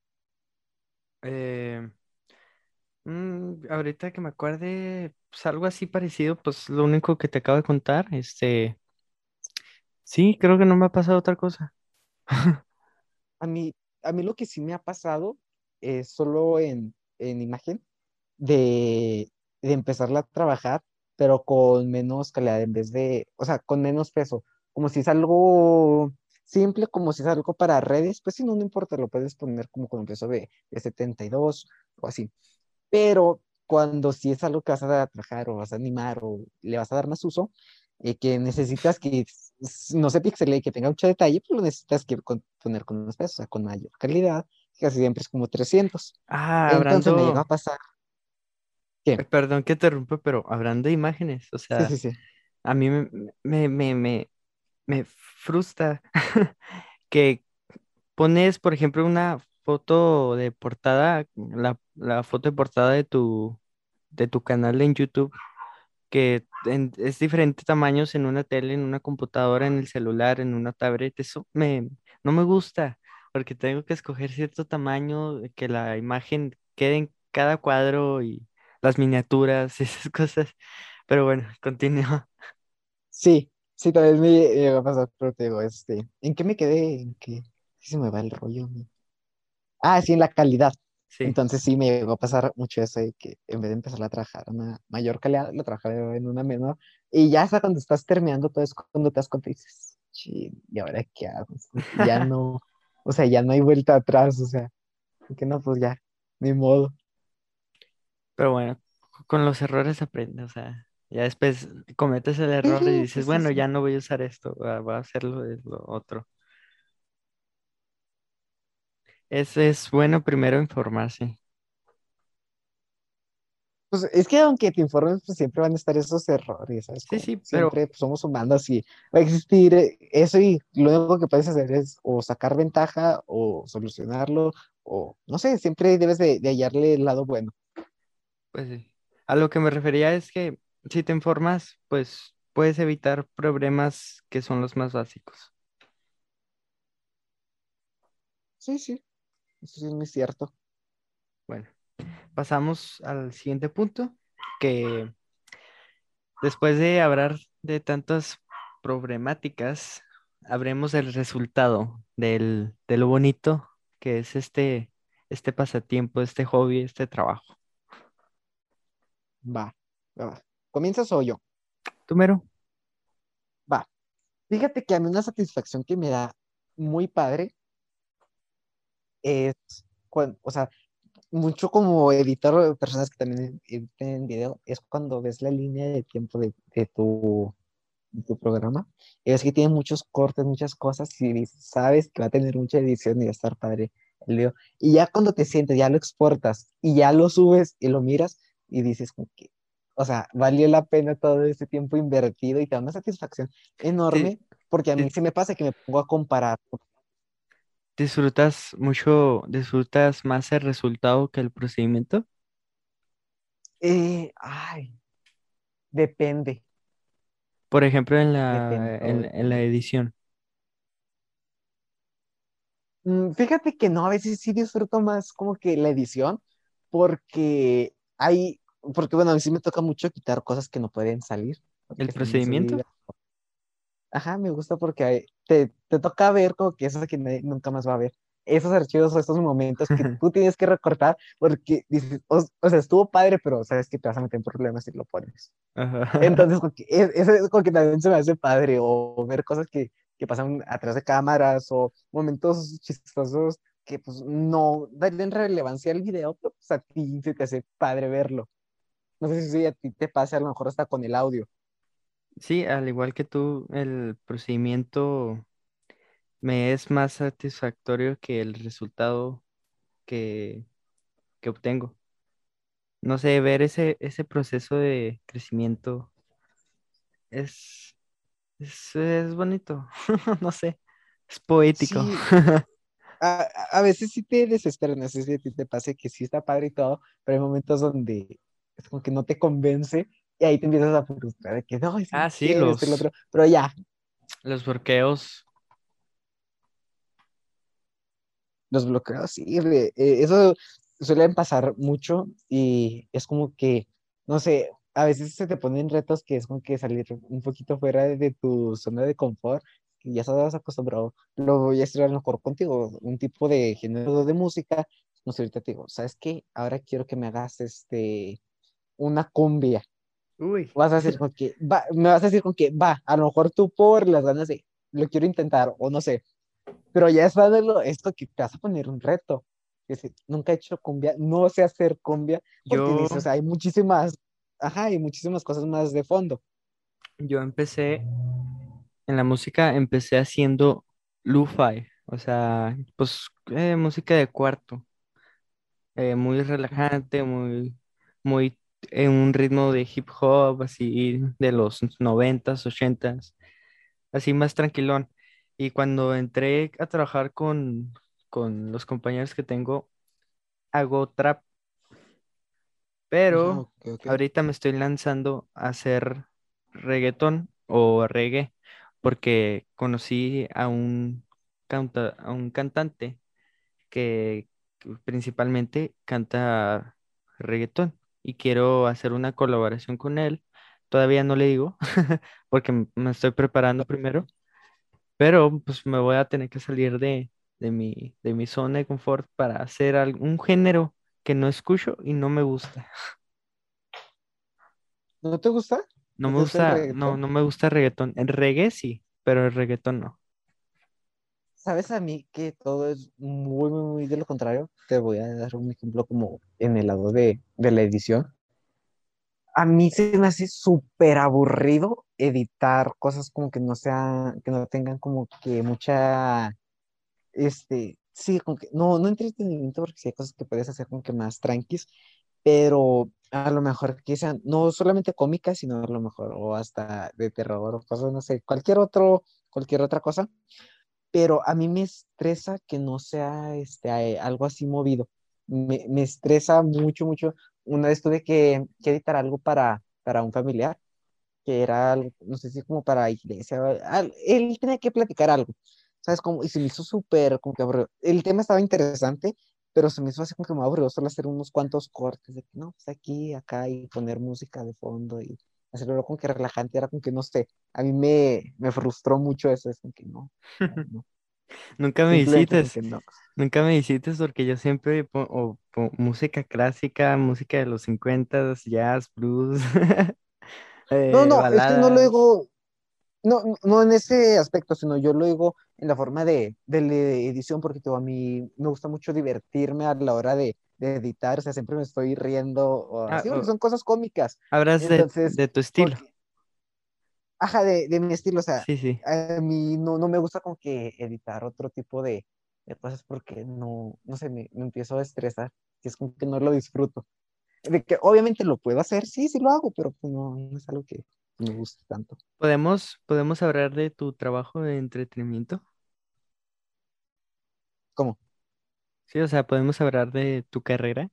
Eh, ahorita que me acuerde, pues algo así parecido, pues lo único que te acabo de contar, sí, creo que no me ha pasado otra cosa. A mí, a mí lo que sí me ha pasado es solo en imagen de empezarla a trabajar, pero con menos calidad en vez de, o sea, con menos peso. Como si es algo simple, como si es algo para redes, pues si no, no importa, lo puedes poner como con un peso de 72 o así. Pero cuando si es algo que vas a trabajar o vas a animar o le vas a dar más uso, que necesitas que no se pixele, que tenga mucho detalle, pues lo necesitas que poner con más peso, o sea, con mayor calidad, que casi siempre es como 300. Ah, Entonces me llegó a pasar que, perdón que te rompo, pero hablando de imágenes, o sí, sea, sí, sí, a mí me, me, me, me frustra que pones, por ejemplo, una foto de portada, la foto de portada de tu canal en YouTube, que es diferentes tamaños en una tele, en una computadora, en el celular, en una tablet. No me gusta, porque tengo que escoger cierto tamaño, que la imagen quede en cada cuadro y las miniaturas y esas cosas. Pero bueno, continúa. sí, también me llegó a pasar, pero te digo, ¿en qué me quedé? ¿En qué? Sí se me va el rollo. Ah, sí, en la calidad. Sí. Entonces sí me llegó a pasar mucho eso de que en vez de empezar a trabajar a una mayor calidad, lo trabajaba en una menor. Y ya hasta cuando estás terminando todo es cuando te das cuenta y dices, "Chin, ¿y ahora qué hago?" Ya no, o sea, ya no hay vuelta atrás, o sea, que no, pues ya, ni modo. Pero bueno, con los errores aprende, o sea, ya después cometes el error y Sí, sí, dices, sí, bueno, sí. ya no voy a usar esto, voy a hacerlo de lo otro. Es bueno primero informarse. Pues es que aunque te informes, pues siempre van a estar esos errores, ¿sabes? Sí, Como sí, pero siempre pues, somos humanos y va a existir eso y lo único que puedes hacer es o sacar ventaja o solucionarlo o no sé, siempre debes de hallarle el lado bueno. pues sí. A lo que me refería es que si te informas, pues puedes evitar problemas que son los más básicos. Sí, sí, eso sí es muy cierto. Bueno, pasamos al siguiente punto, que después de hablar de tantas problemáticas, habremos el resultado de lo bonito que es este pasatiempo, este hobby, este trabajo. Va, va. ¿Comienzas o yo? ¿Tú mero? Va. Fíjate que a mí una satisfacción que me da muy padre es cuando, o sea, mucho como editor, personas que también editen video, es cuando ves la línea de tiempo de tu programa, y ves que tiene muchos cortes, muchas cosas, y sabes que va a tener mucha edición y va a estar padre el video. Y ya cuando te sientes, ya lo exportas y ya lo subes y lo miras y dices como que, o sea, valió la pena todo ese tiempo invertido y te da una satisfacción Di- enorme, porque a mí di- se me pasa que me pongo a comparar. ¿Disfrutas mucho, disfrutas más el resultado que el procedimiento? Ay, depende, Por ejemplo, depende, todo en la depende. edición. Fíjate que no, a veces sí disfruto más como que la edición, porque porque bueno, a mí sí me toca mucho quitar cosas que no pueden salir, ¿El porque están bien procedimiento? subidas. Ajá, me gusta porque te toca ver como que eso que nadie nunca más va a ver. Esos archivos o esos momentos que tú tienes que recortar porque dices, o sea, estuvo padre, pero sabes que te vas a meter en problemas si lo pones. Ajá. Entonces, como que eso es como que también se me hace padre, o ver cosas que pasan atrás de cámaras, o momentos chistosos que pues no darían relevancia al video, pero pues a ti se te hace padre verlo. No sé si a ti te pasa a lo mejor hasta con el audio. Sí, al igual que tú, el procedimiento me es más satisfactorio que el resultado que obtengo. No sé, ver ese proceso de crecimiento es, es bonito, no sé, es poético. Sí, a veces sí te desesperan, no sé si a ti te pase que sí está padre y todo, pero hay momentos donde es como que no te convence y ahí te empiezas a frustrar de que no, es que no Ah, sí, quiero esto y lo otro, pero ya, los bloqueos. los bloqueos, sí, eso suelen pasar mucho y es como que, no sé, a veces se te ponen retos que es como que salir un poquito fuera de tu zona de confort, que ya estás acostumbrado, lo voy a hacer a lo mejor contigo, un tipo de género de música, no sé, ahorita te digo, ¿sabes qué? Ahora quiero que me hagas una cumbia. Uy. Vas a decir con que, va, me vas a decir con que, va, a lo mejor tú por las ganas de, lo quiero intentar, o no sé, pero ya es esto que te vas a poner un reto. Que si nunca he hecho cumbia, no sé hacer cumbia, porque Yo, dices, o sea, hay muchísimas, ajá, hay muchísimas cosas más de fondo. yo empecé en la música, empecé haciendo lo-fi, o sea, pues música de cuarto, muy relajante, muy en un ritmo de hip hop, así de los noventas, ochentas, así más tranquilón. Y cuando entré a trabajar con los compañeros que tengo, hago trap, Ajá, pero ok, ok. ahorita me estoy lanzando a hacer reggaetón o reggae porque conocí a a un cantante que principalmente canta reggaetón y quiero hacer una colaboración con él. Todavía no le digo porque me estoy preparando primero, pero pues me voy a tener que salir de mi zona de confort para hacer un género que no escucho y no me gusta. ¿No te gusta? No ¿No me te gusta el gusta, no, reggaetón? no me gusta el reggaetón. El reggae sí, pero el reggaetón no. ¿Sabes a mí que todo es muy, muy, muy de lo contrario? Te voy a dar un ejemplo como en el lado de la edición. A mí se me hace súper aburrido editar cosas como que no sea, que no tengan como que mucha sí, como que, no entretenimiento, porque sí hay cosas que puedes hacer como que más tranquis, pero a lo mejor que sean no solamente cómicas, sino a lo mejor, o hasta de terror, o cosas, no sé, cualquier otra cosa, pero a mí me estresa que no sea algo así movido. Me estresa mucho, mucho. Una vez tuve que editar algo para un familiar que era algo, no sé si como para iglesia, él tenía que platicar algo, ¿sabes? Como, y se me hizo súper, como que aburrido. El tema estaba interesante, pero se me hizo así como que me aburrido solo hacer unos cuantos cortes de que no, pues aquí, acá, y poner música de fondo y hacerlo como que relajante, era como que no sé, a mí me frustró mucho eso, es como que no, no, Nunca me simplemente como visites, que no. nunca me visites porque yo siempre música clásica, música de los 50, jazz, blues, No, no, es que no lo baladas. digo. No, no en ese aspecto, sino yo lo digo en la forma de la edición, porque a mí me gusta mucho divertirme a la hora de editar, o sea, siempre me estoy riendo, o Ah, así, porque son cosas cómicas. hablas Entonces, de tu estilo. porque, ajá, de mi estilo, o sea, Sí, sí. a mí no me gusta como que editar otro tipo de cosas porque no sé, me empiezo a estresar, y es como que no lo disfruto. De que obviamente lo puedo hacer, sí, sí lo hago, pero pues no es algo que me guste tanto. Podemos hablar de tu trabajo de entretenimiento. ¿Cómo? Sí, o sea, podemos hablar de tu carrera.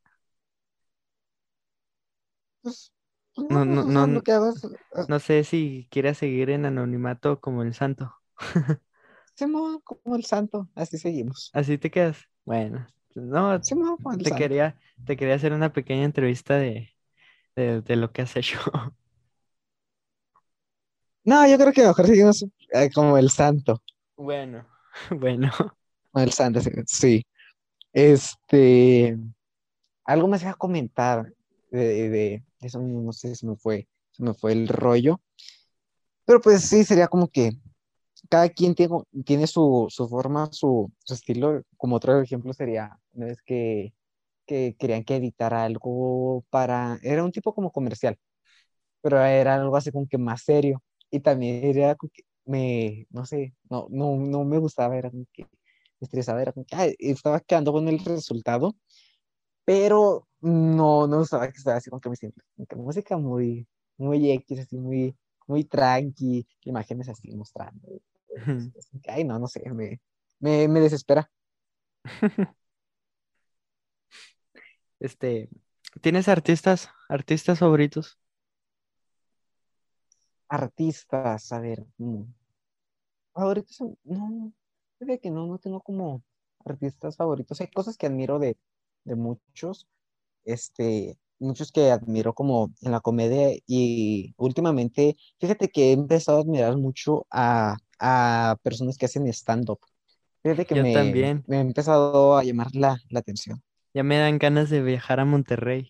Pues, pues no, No, pues, no, o sea, lo no, que hago es, no sé si quieras seguir en anonimato como el santo. Simón, como el santo, así seguimos. Así te quedas. Bueno, no, Simón, como el te santo. quería, te quería hacer una pequeña entrevista de lo que has hecho. No, yo creo que mejor seguimos como el santo. Bueno, bueno. Como el santo, sí. Sí. Este, algo más iba a comentar de eso, no sé, se me fue el rollo. Pero pues sí, sería como que cada quien tiene su forma, su estilo. Como otro ejemplo sería, una vez que querían que editara algo era un tipo como comercial, pero era algo así como que más serio. Y también era como que no sé, no me gustaba, era como que me estresaba, era como que estaba quedando con el resultado, pero no, no usaba que estaba así como que muy simple, como que música muy, muy X, así muy, muy tranqui, imágenes así mostrando. Ay, no, no sé, me desespera. Este, ¿tienes artistas favoritos? Artistas, a ver, favoritos, no, fíjate que no, no tengo como artistas favoritos. Hay cosas que admiro de muchos, muchos que admiro como en la comedia y últimamente, fíjate que he empezado a admirar mucho a personas que hacen stand-up. Fíjate que Yo también. me ha empezado a llamar la atención. Ya me dan ganas de viajar a Monterrey.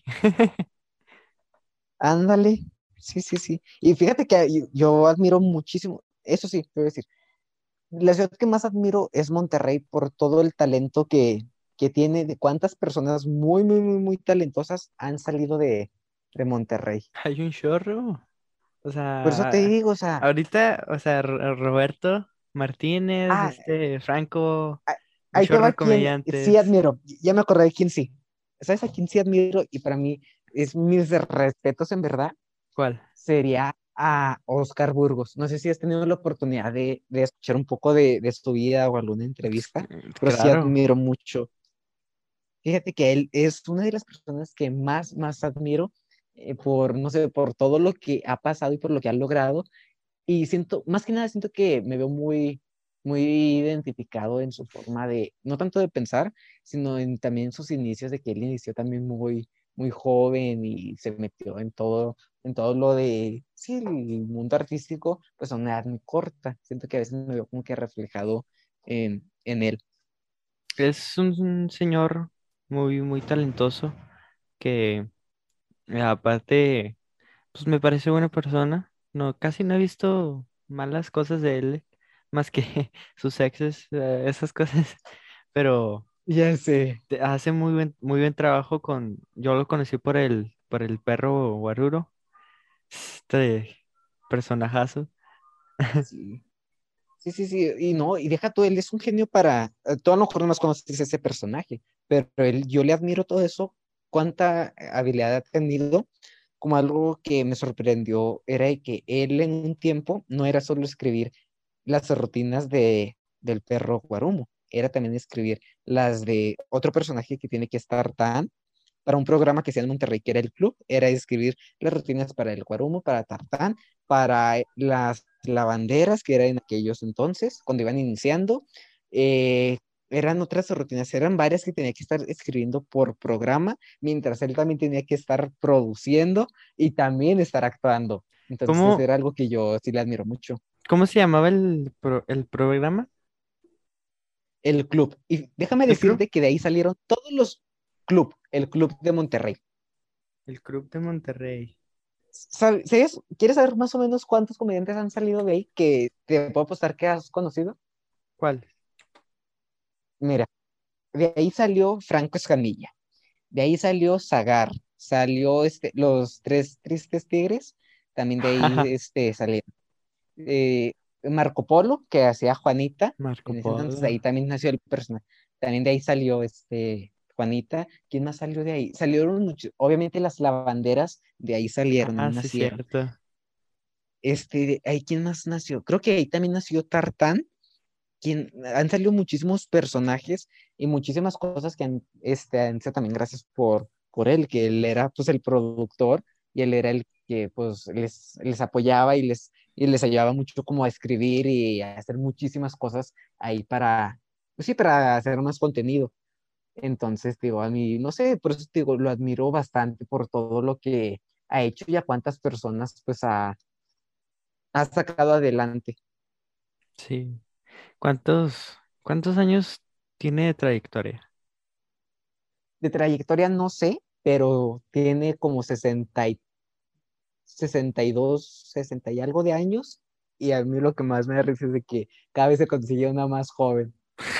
Ándale, sí, sí, sí. Y fíjate que yo admiro muchísimo, eso sí, te voy a decir. La ciudad que más admiro es Monterrey por todo el talento que tiene, de cuántas personas muy, muy, muy, muy talentosas han salido de Monterrey. Hay un chorro. O Por eso te sea, digo, o sea, ahorita, o sea, Roberto Martínez, ah, Franco, ah, un ahí te chorro va de quien sí comediantes. admiro, ya me acordé de quién sí. ¿Sabes a quién sí admiro? Y para mí es mis respetos en verdad, ¿Cuál? sería a Oscar Burgos. No sé si has tenido la oportunidad de escuchar un poco de su vida o alguna entrevista, pero sí Claro. admiro mucho. Fíjate que él es una de las personas que más admiro por, no sé, por todo lo que ha pasado y por lo que ha logrado. Y siento, más que nada, siento que me veo muy, muy identificado en su forma de, no tanto de pensar, sino en también sus inicios, de que él inició también muy, muy joven y se metió en todo lo de, sí, el mundo artístico, pues a una edad muy corta. Siento que a veces me veo como que reflejado en él. Es un señor muy talentoso que aparte, pues me parece buena persona. No, casi no he visto malas cosas de él, más que sus exes, esas cosas. Pero Ya sé. hace muy buen trabajo yo lo conocí por el perro Guaruro, este personajazo. Sí. Sí, sí, sí, y no, y deja tú, él es un genio para, tú a lo mejor no más conoces ese personaje, pero él, yo le admiro todo eso, cuánta habilidad ha tenido, como algo que me sorprendió era de que él en un tiempo no era solo escribir las rutinas del perro Guarumo, era también escribir las de otro personaje que tiene que estar tan para un programa que se llama Monterrey, que era el club, era escribir las rutinas para el Guarumo, para Tartán, para las lavanderas, que era en aquellos entonces, cuando iban iniciando. eh, Eran otras rutinas, eran varias que tenía que estar escribiendo por programa, mientras él también tenía que estar produciendo y también estar actuando. Entonces ¿Cómo, era algo que yo sí le admiro mucho. cómo se llamaba el programa? El club. Y déjame ¿El club? decirte que de ahí salieron todos los club, el club de Monterrey. El Club de Monterrey. ¿Sabes? ¿Quieres saber más o menos cuántos comediantes han salido de ahí que te puedo apostar que has conocido? ¿Cuál? Mira, de ahí salió Franco Escamilla, de ahí salió Zagar, salió los tres tristes tigres, también de ahí salieron. eh, Marco Polo, que hacía Juanita, Marco en ese entonces de Polo. ahí también nació el personaje, también de ahí salió Juanita. ¿Quién más salió de ahí? Salieron muchos, obviamente las lavanderas de ahí salieron, ahí Ah, sí, nacieron. cierto. Ahí quién más nació, creo que ahí también nació Tartán, han salido muchísimos personajes y muchísimas cosas que han sido también gracias por él, que él era pues el productor y él era el que pues les apoyaba y les ayudaba mucho como a escribir y a hacer muchísimas cosas ahí para, pues sí, para hacer más contenido. Entonces, digo, a mí, no sé, por eso te digo, lo admiro bastante por todo lo que ha hecho y a cuántas personas pues ha sacado adelante. Sí. ¿Cuántos años tiene de trayectoria? De trayectoria no sé, pero tiene como 62, 60 y algo de años. Y a mí lo que más me da risa es de que cada vez se consigue una más joven.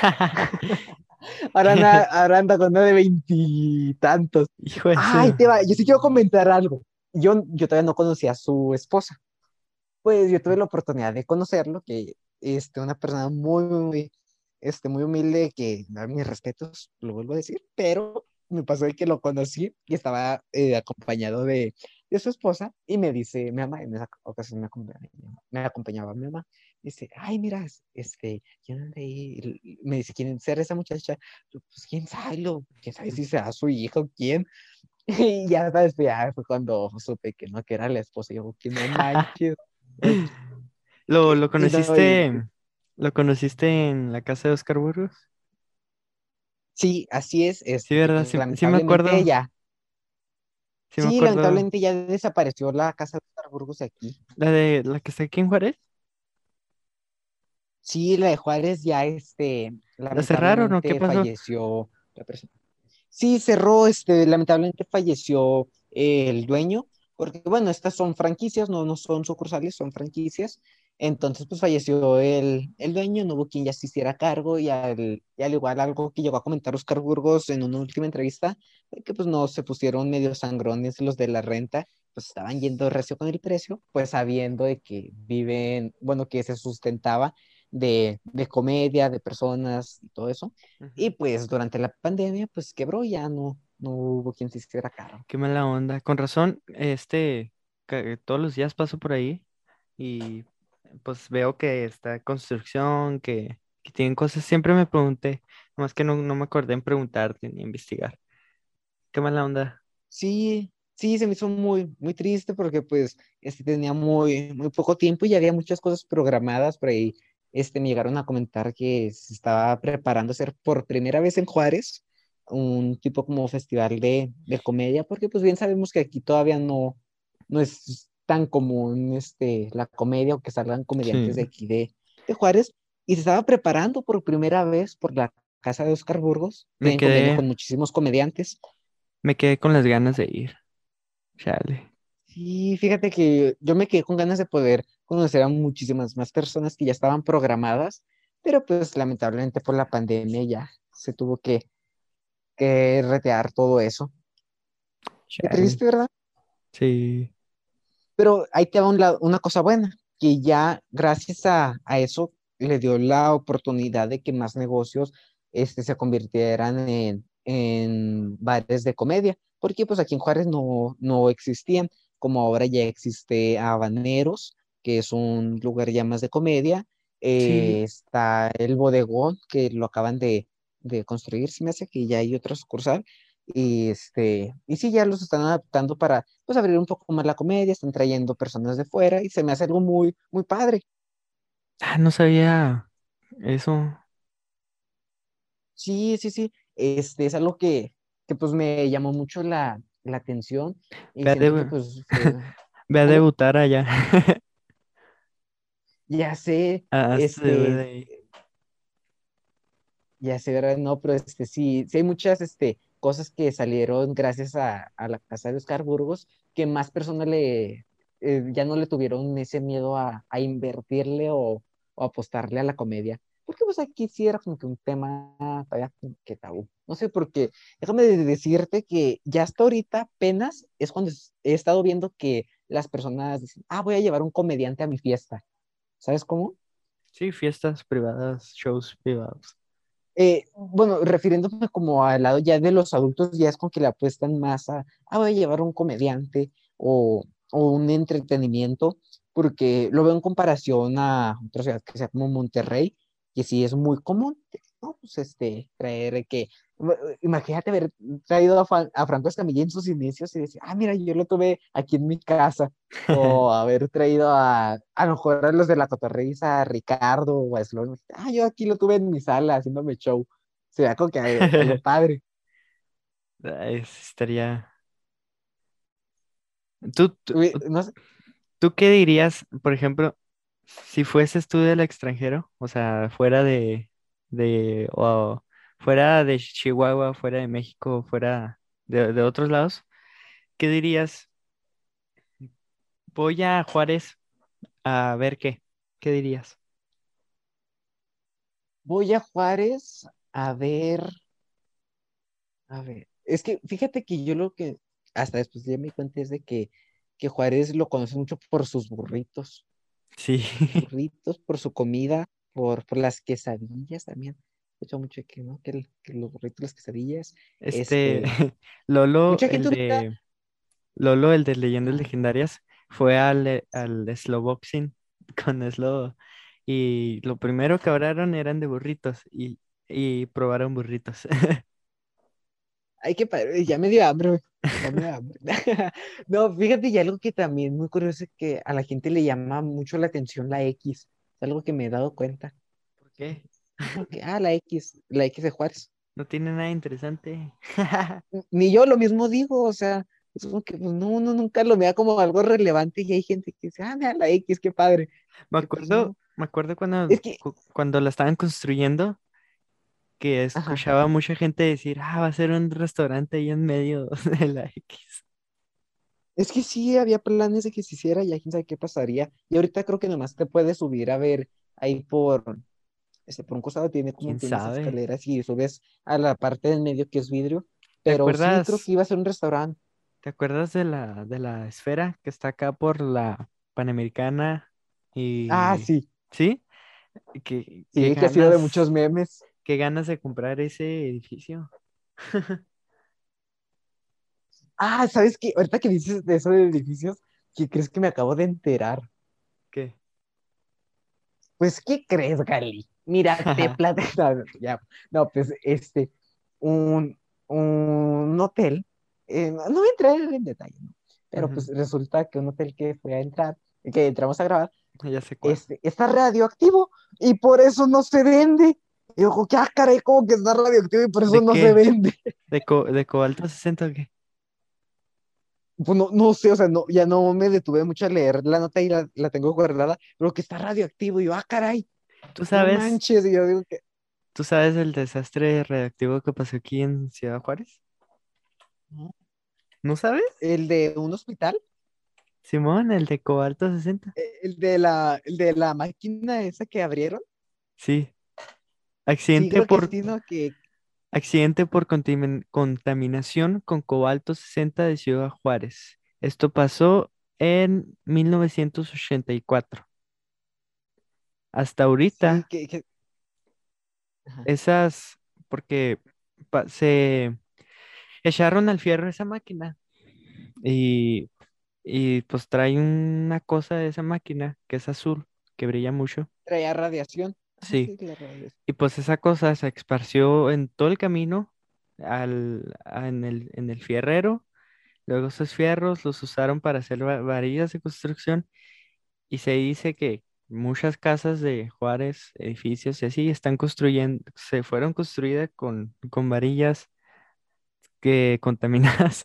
Ahora anda con una de veintitantos. Hijo de Ay, su. te va, yo sí quiero comentar algo. Yo todavía no conocía a su esposa. Pues yo tuve la oportunidad de conocerlo, que una persona muy, muy, muy humilde, que da mis respetos, lo vuelvo a decir, pero me pasó de que lo conocí y estaba acompañado de su esposa y me dice, mi mamá, en esa ocasión me acompañaba mi mamá, dice, ay, mira, ¿quién anda ahí? Y me dice, ¿quién será esa muchacha? Yo, pues, quién sabe si sea su hijo o quién. Y ya sabes, pues, ya fue cuando supe que no, que era la esposa, y yo, que no manches. ¿Lo, Y, lo y no, y, conociste, lo conociste en la casa de Oscar Burgos? sí, así es, Sí, ¿verdad? pues Sí, sí me lamentablemente acuerdo, ya, sí me sí, acuerdo. lamentablemente ya desapareció la casa de Oscar Burgos de aquí. La de la que está aquí en Juárez. Sí, la de Juárez ya, ¿La cerraron o qué lamentablemente pasó? falleció la persona. Sí, cerró, lamentablemente falleció el dueño, porque bueno, estas son franquicias, no son sucursales, son franquicias. Entonces, pues falleció el dueño, no hubo quien ya se hiciera cargo y al igual algo que llegó a comentar Oscar Burgos en una última entrevista, que pues no se pusieron medio sangrones los de la renta, pues estaban yendo recio con el precio, pues sabiendo de que viven, bueno, que se sustentaba de comedia, de personas y todo eso. Y Ujú. pues durante la pandemia, pues quebró, ya no hubo quien se hiciera cargo. Qué mala onda. Con razón, todos los días paso por ahí y pues veo que está construcción, que tienen cosas. Siempre me pregunté, nomás que no me acordé en preguntarte ni investigar. Qué mala onda. Sí, sí, se me hizo muy, muy triste porque pues tenía muy poco tiempo y había muchas cosas programadas por ahí. Me llegaron a comentar que se estaba preparando hacer por primera vez en Juárez un tipo como festival de comedia, porque pues bien sabemos que aquí todavía no es tan común la comedia o que salgan comediantes Sí, de aquí de Juárez, y se estaba preparando por primera vez por la casa de Oscar Burgos, me tienen convenio quedé, con muchísimos comediantes. me quedé con las ganas de ir. Chale. Sí, fíjate que yo me quedé con ganas de poder conocer a muchísimas más personas que ya estaban programadas, pero pues lamentablemente por la pandemia ya se tuvo que retear todo eso. Qué Chale. triste, ¿verdad? Sí. Pero ahí te va una cosa buena, que ya gracias a eso le dio la oportunidad de que más negocios se convirtieran en bares de comedia, porque pues aquí en Juárez no existían, como ahora ya existe Habaneros, que es un lugar ya más de comedia, Sí. está el Bodegón, que lo acaban de construir, se me hace que ya hay otra sucursal, y sí, ya los están adaptando para pues abrir un poco más la comedia, están trayendo personas de fuera y se me hace algo muy, muy padre. Ah, no sabía eso. Sí, sí, sí, es algo que pues me llamó mucho la atención y Ve a, siento que debu- pues fue, ve a ¿vale? debutar allá. Ya sé, Hasta debe de ir. ya sé, ¿verdad? No, pero sí, sí hay muchas cosas que salieron gracias a la casa de Oscar Burgos, que más personas ya no le tuvieron ese miedo a invertirle o apostarle a la comedia. Porque pues aquí sí era como que un tema todavía como que tabú. No sé por qué. Déjame decirte que ya hasta ahorita apenas es cuando he estado viendo que las personas dicen, voy a llevar un comediante a mi fiesta. ¿Sabes cómo? Sí, fiestas privadas, shows privados. Bueno, refiriéndome como al lado ya de los adultos, ya es con que le apuestan más voy a llevar un comediante o un entretenimiento, porque lo veo en comparación a otra ciudad que sea como Monterrey, que sí es muy común, ¿no? Pues creer que, imagínate haber traído a Franco Escamilla en sus inicios y decir, mira, yo lo tuve aquí en mi casa. O haber traído a lo mejor a los de la Cotorrisa, a Ricardo o a Sloan. Yo aquí lo tuve en mi sala haciéndome show. Se vea como que algo padre. Ay, sí estaría. ¿Tú, tú, Uy, no sé, tú qué dirías, por ejemplo, si fueses tú del extranjero, o sea, o fuera de Chihuahua, fuera de México, fuera de otros lados, ¿qué dirías? Voy a Juárez a ver qué. ¿Qué dirías? voy a Juárez a ver. Es que fíjate que yo lo que hasta después ya me di cuenta es de que Juárez lo conoce mucho por sus Sí. burritos, por su comida, por las quesadillas también. he hecho mucho que, ¿no? Que los burritos, las quesadillas, Este, este, Lolo, mucha gente ahorita, Lolo, el de Leyendas ah, Legendarias, fue al Slowboxing con Slow y lo primero que hablaron eran de burritos y probaron burritos. ay, ya me dio hambre, güey, ya me dio hambre. No, fíjate, y algo que también muy curioso es que a la gente le llama mucho la atención la X, es algo que me he dado cuenta. ¿Por qué? Como que, la X de Juárez. No tiene nada interesante. Ni yo lo mismo digo, o sea, es como que pues, no, uno nunca lo vea como algo relevante y hay gente que dice, mira la X, qué padre. Que pues no, Me acuerdo es que, cuando la estaban construyendo, que ajá, escuchaba mucha gente decir, va a ser un restaurante ahí en medio de la X. es que sí había planes de que se hiciera, ya quién sabe qué pasaría. Y ahorita creo que nomás te puedes subir a ver ahí por un costado tiene como ¿Quién que unas sabe? escaleras y subes a la parte del medio que es vidrio, ¿Te pero sí creo acuerdas? que iba a ser un restaurante. ¿Te acuerdas de de la esfera que está acá por la Panamericana? Ah, Y sí, sí, sí, que ha sido de muchos memes. qué ganas de comprar ese edificio. Ah, ¿sabes qué? Ahorita que dices de eso de edificios, ¿qué crees que me acabo de enterar? ¿Qué? Pues, ¿qué crees, Gali? Mira, te plata, no, ya, no, pues, un, un hotel, no voy a entrar en detalle, ¿no? Pero Ujú, pues resulta que un hotel que fue a entrar, que entramos a grabar, ya sé cuál. está radioactivo y por eso no se vende. Y yo, que, caray, ¿cómo que está radioactivo y por eso ¿De no se qué? vende? De cobalto 60 o qué? Pues no, no sé, o sea, no, ya no me detuve mucho a leer la nota y la tengo guardada, pero que está radioactivo. Y yo, caray, ¿Tú no sabes? manches. Y yo digo que, ¿Tú sabes el desastre radiactivo que pasó aquí en Ciudad Juárez? ¿no? ¿No sabes? El de un hospital, Simón, el de cobalto 60. el de la máquina esa que abrieron. Sí, Sí, accidente creo que por sí, ¿no? Que accidente por contaminación con cobalto 60 de Ciudad Juárez. Esto pasó en 1984. Hasta sí, ahorita, ajá, esas, porque se echaron al fierro esa máquina y, y pues trae una cosa de esa máquina que es azul, que brilla mucho. traía radiación. Ah, Sí, sí, la radiación. y pues esa cosa se esparció en todo el camino en el fierrero. Luego esos fierros los usaron para hacer varillas de construcción y se dice que muchas casas de Juárez, edificios y así, están construyendo, se fueron construidas con varillas que contaminadas.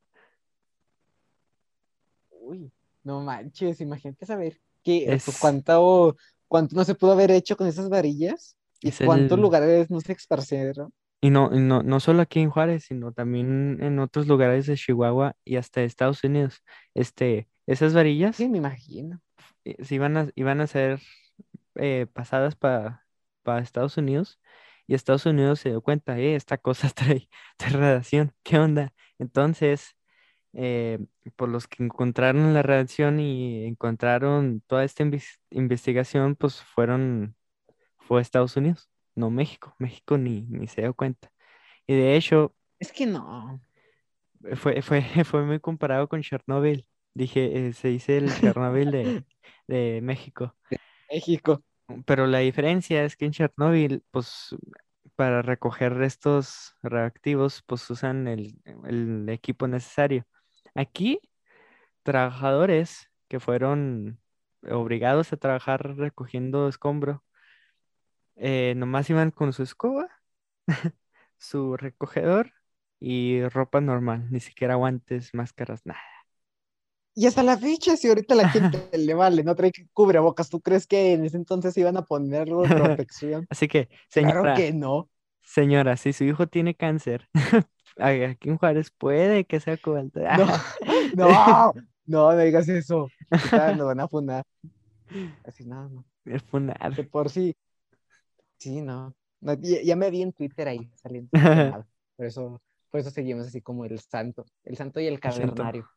Uy, no manches, imagínate saber que, pues, Es, cuánto no se pudo haber hecho con esas varillas y es cuántos el, lugares no se esparcieron. no solo aquí en Juárez, sino también en otros lugares de Chihuahua y hasta de Estados Unidos. Esas Sí, varillas me imagino. iban a ser pasadas para Estados Unidos y Estados Unidos se dio cuenta, esta cosa trae radiación, ¿qué onda? Entonces, eh, por los que encontraron la radiación y encontraron toda esta investigación, pues fue Estados Unidos, no México. México ni se dio cuenta. Y de hecho, Es que no. fue muy comparado con Chernobyl. Dije, se dice el Chernobyl de México. México. Pero la diferencia es que en Chernobyl, pues para recoger restos reactivos, pues usan el equipo necesario. Aquí, trabajadores que fueron obligados a trabajar recogiendo escombro, nomás iban con su escoba, su recogedor y ropa normal, ni siquiera guantes, máscaras, nada. Y hasta la fecha, si ahorita la gente le vale, no trae cubrebocas, ¿tú crees que en ese entonces iban a poner algo de protección? Así que, Claro que no. señora, si su hijo tiene cáncer, aquí en Juárez puede que sea cobalto. No, no, no digas eso. Ahorita nos van a funar. Así nada, no. Es De funar. por sí, sí, no. No, ya me vi en Twitter ahí saliendo quemado. Por eso seguimos así como el santo y el Lo siento. cavernario.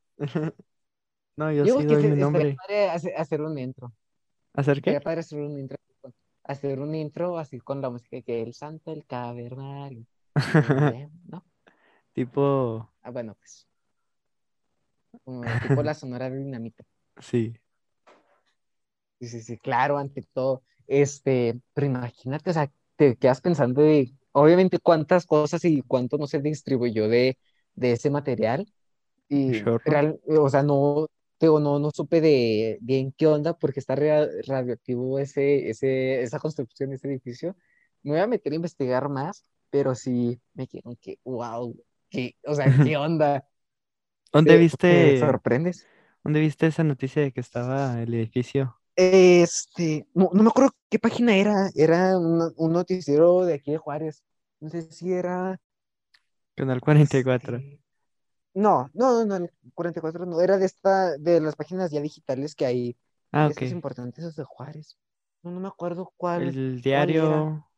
No, yo Yo sí digo que doy mi estaría nombre. padre hacer un intro. ¿Hacer qué? Estaría padre hacer un intro hacer un intro así con la música que el santo, el cavernario. ¿No? Tipo, Ah, bueno, pues, como tipo la Sonora Dinamita. sí, Sí, sí, sí, claro, ante todo. Pero imagínate, o sea, te quedas pensando de, obviamente, cuántas cosas y cuánto no se distribuyó de ese material. un Y chorro. o sea, no, digo, no supe de bien qué onda, porque está radioactivo esa construcción, ese edificio. Me voy a meter a investigar más, pero sí me quedo con que, wow, o sea, ¿qué onda? ¿Dónde Te viste, sorprendes. dónde viste esa noticia de que estaba el edificio? No me acuerdo qué página era un noticiero de aquí de Juárez. No sé si era, Canal 44. no, el 44 no, era de las páginas ya digitales que hay Ah, de ok. estas importantes, esos de Juárez. No me acuerdo cuál, El cuál era. diario,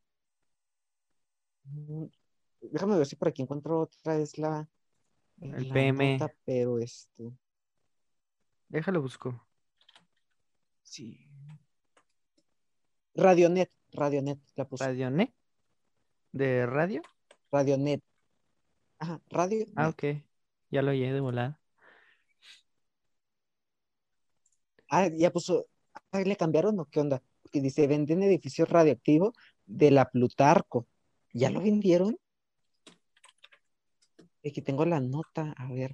Mm, Déjame ver si por aquí encuentro otra vez el la PM. nota, pero Déjalo busco. sí. Radionet, la puse. ¿Radionet? ¿De radio? Radionet, ajá, Ah, Radionet. ok. Ya lo oí de volada. Ah, ya puso. Ah, ¿le cambiaron o qué onda? Porque dice, venden edificio radioactivo de la Plutarco. ¿Ya lo vendieron? Aquí tengo la nota. A ver.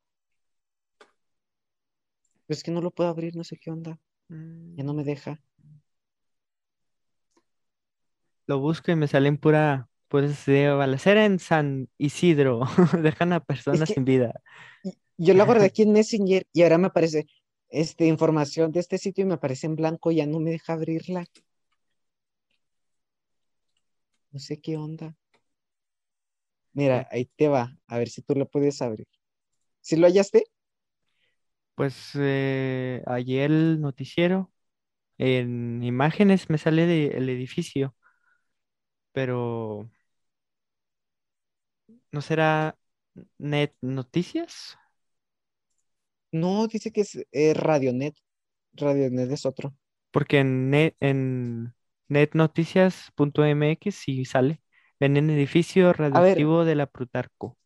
Pero es que no lo puedo abrir, no sé qué onda. Ya no Mm, me deja. Lo busco y me salen pues de balacera en San Isidro. Dejan a Es personas que sin vida. yo lo guardé aquí en Messenger y ahora me aparece información de este sitio y me aparece en blanco. Ya no me deja abrirla. No sé qué onda. Eh, Mira, ahí te va. A ver si tú lo puedes abrir. ¿Si lo hallaste? Pues ayer el noticiero, en imágenes me sale el edificio, pero ¿no será Net Noticias? No, dice que es Radionet. Radionet es otro. Porque en netnoticias.mx sí sale. En el edificio A ver, radioactivo de la Plutarco.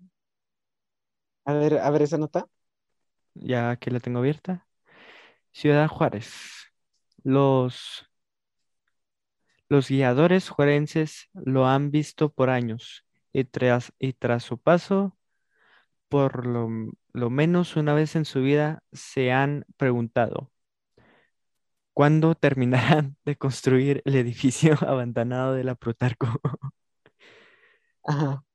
a ver esa nota. Ya que la tengo abierta. Ciudad Juárez. Los, los guiadores juarenses lo han visto por años y tras su paso, por lo menos una vez en su vida, se han preguntado, ¿cuándo terminarán de construir el edificio abandonado de la Plutarco? Ajá.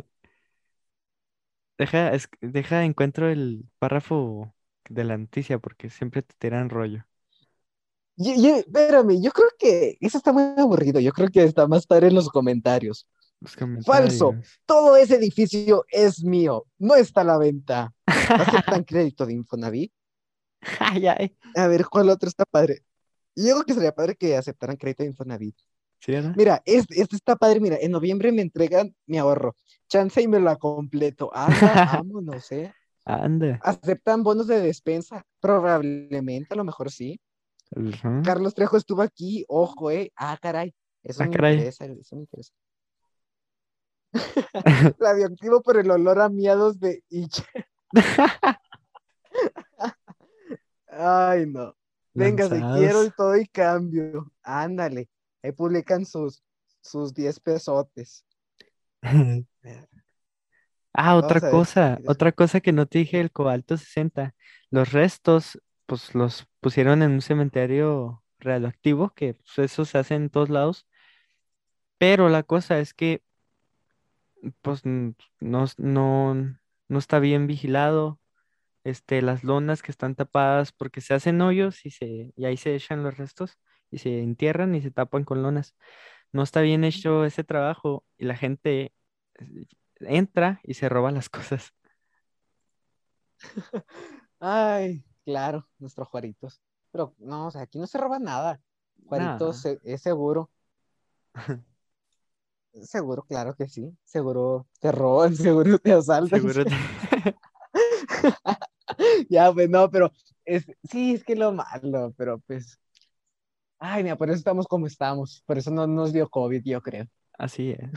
Deja, encuentro el párrafo de la noticia porque siempre te tiran rollo. Espérame, yo creo que eso está muy aburrido. Yo creo que está más padre en los comentarios. Los Falso. comentarios. Todo ese edificio es mío. No está a la venta. ¿Aceptan crédito de Infonavit? Ay, ay. A ver, ¿cuál otro está padre? Yo digo que sería padre que aceptaran crédito de Infonavit. ¿Sí, verdad? Mira, este está padre. Mira, en noviembre me entregan mi ahorro. Chance y me la completo. Anda, vámonos, ¿eh? Anda. ¿Aceptan bonos de despensa? Probablemente, a lo mejor sí. Ujú. Carlos Trejo estuvo aquí, ojo, caray, Ah, caray. eso me interesa. Radioactivo por el olor a miados de Ich. Ay, no. Véngase, quiero Lanzados. el todo y cambio. Ándale. Ahí publican sus 10 pesotes. Ah, Vamos a ver si. otra cosa que no te dije, el cobalto 60. Los restos, pues los pusieron en un cementerio radioactivo, que pues, eso se hace en todos lados, pero la cosa es que pues no está bien vigilado, las lonas que están tapadas porque se hacen hoyos y ahí se echan los restos y se entierran y se tapan con lonas. No está bien hecho ese trabajo y la gente eh, entra y se roba las cosas. Ay, claro, nuestros Juaritos. Pero no, o sea, aquí no se roba nada. Juaritos Nada, es seguro. Seguro, claro que sí. Seguro te roban, seguro te asaltan. seguro. Ya, pues no, pero sí, es que lo malo, pero pues. Ay, mira, por eso estamos como estamos. Por eso no nos dio COVID, yo creo. Así es.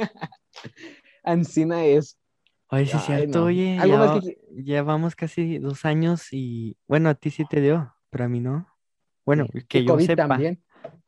Ancina es. Oye, sí es Ay, cierto, no. oye, Algo más que. ya vamos casi 2 años y bueno, a ti sí te dio, pero a mí no. Bueno, Sí. Y que yo COVID sepa, también.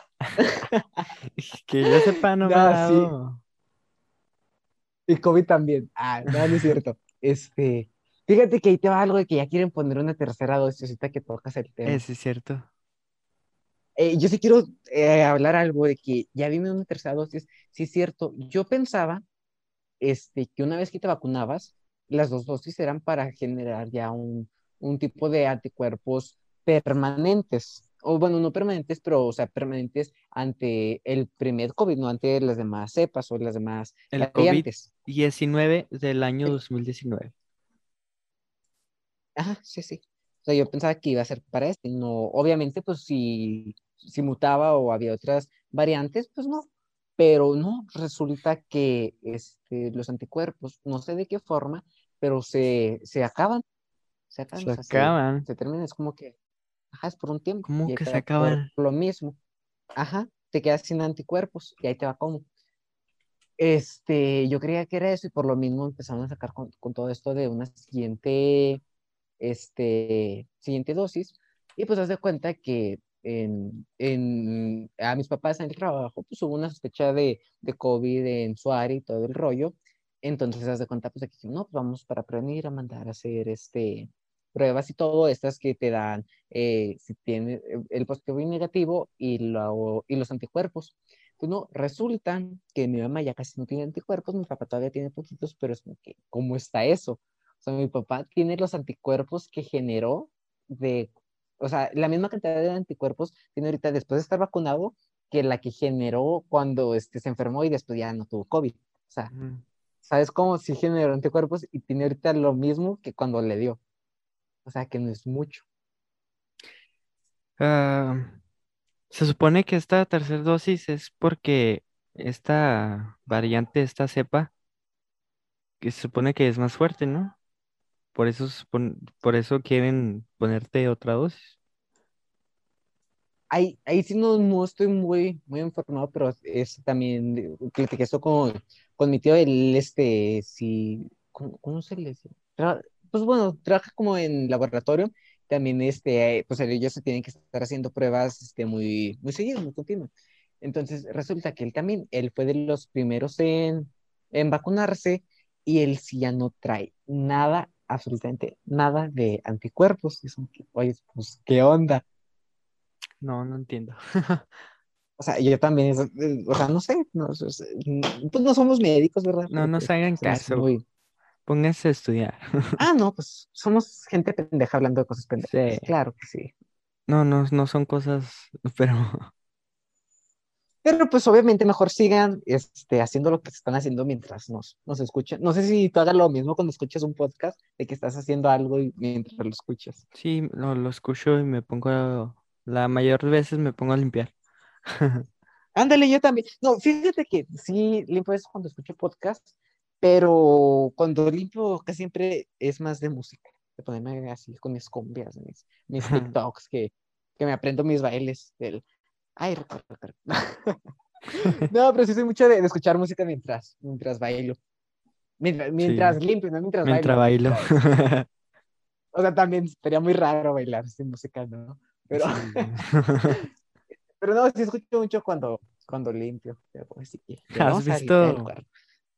que yo sepa no me ha No, sí. dado. Y COVID también. Ah, no, no es cierto. Fíjate que ahí te va algo de que ya quieren poner una tercera dosis, ahorita que tocas el tema. Sí es cierto. Yo sí quiero hablar algo de que ya vime una tercera dosis. Sí es cierto. Yo pensaba que una vez que te vacunabas, las dos dosis eran para generar ya un tipo de anticuerpos permanentes, o bueno, no permanentes, pero o sea, permanentes ante el primer COVID, no ante las demás cepas o las demás El covid variantes. diecinueve del año Sí. 2019. Ajá, sí, sí. O sea, yo pensaba que iba a ser para este, no, obviamente, pues si mutaba o había otras variantes, pues no. Pero no, resulta que los anticuerpos, no sé de qué forma, pero se acaban, Se o sea, acaban. se terminan, es como que, ajá, es por un tiempo, ¿Cómo y ahí que te se va por acaban? lo mismo, ajá, te quedas sin anticuerpos, y ahí te va como. Yo creía que era eso, y por lo mismo empezaron a sacar con todo esto de una siguiente dosis, y pues haz de cuenta que a mis papás en el trabajo, pues hubo una sospecha de COVID en su área y todo el rollo, entonces haz de cuenta, pues aquí, no, pues vamos para prevenir, a mandar a hacer pruebas y todo, estas que te dan si tienes el positivo y negativo y los anticuerpos. Pues no, resulta que mi mamá ya casi no tiene anticuerpos, mi papá todavía tiene poquitos, pero es como que, ¿cómo está eso? O sea, mi papá tiene los anticuerpos que generó de, o sea, la misma cantidad de anticuerpos tiene ahorita después de estar vacunado que la que generó cuando se enfermó y después ya no tuvo COVID. O sea, Mm. ¿sabes cómo? Sí generó anticuerpos y tiene ahorita lo mismo que cuando le dio. O sea, que no es mucho. Ah, se supone que esta tercera dosis es porque esta variante, esta cepa, que se supone que es más fuerte, ¿no? Por eso quieren ponerte otra dosis. Ahí sí no estoy muy informado, pero también platiqué esto con mi tío, él, sí, ¿cómo se le dice? Pues bueno, trabaja como en laboratorio, también, pues ellos se tienen que estar haciendo pruebas, muy seguido, muy continuo. Entonces, resulta que él fue de los primeros en vacunarse y él sí ya no trae nada, absolutamente nada de anticuerpos. Y es como que, oye, pues, ¿qué onda? No, no entiendo. O sea, yo también, o sea, no sé, pues no somos médicos, ¿verdad? No Pero nos pues hagan se me hace caso. muy... Pónganse a estudiar. Ah, no, pues somos gente pendeja hablando de cosas Sí. pendejas. Claro que sí. No, no, no son cosas, pero Pero pues obviamente mejor sigan haciendo lo que están haciendo mientras nos escuchan. No sé si tú hagas lo mismo cuando escuchas un podcast, de que estás haciendo algo y mientras lo escuchas. sí, lo escucho y me pongo, la mayor veces me pongo a limpiar. Ándale, yo también. No, fíjate que sí limpio eso cuando escucho podcast, pero cuando limpio casi siempre es más de música. De ponerme así con mis cumbias, mis TikToks, que me aprendo mis bailes del... Ay, no, pero sí soy mucho de escuchar música mientras bailo. Mientras Sí, limpio, no mientras mientras bailo. bailo. O sea, también sería muy raro bailar sin música, ¿no? Pero, Sí. pero no, sí escucho mucho cuando limpio. Pero pues sí, ya ¿Has vamos a limpiar el visto, cuarto.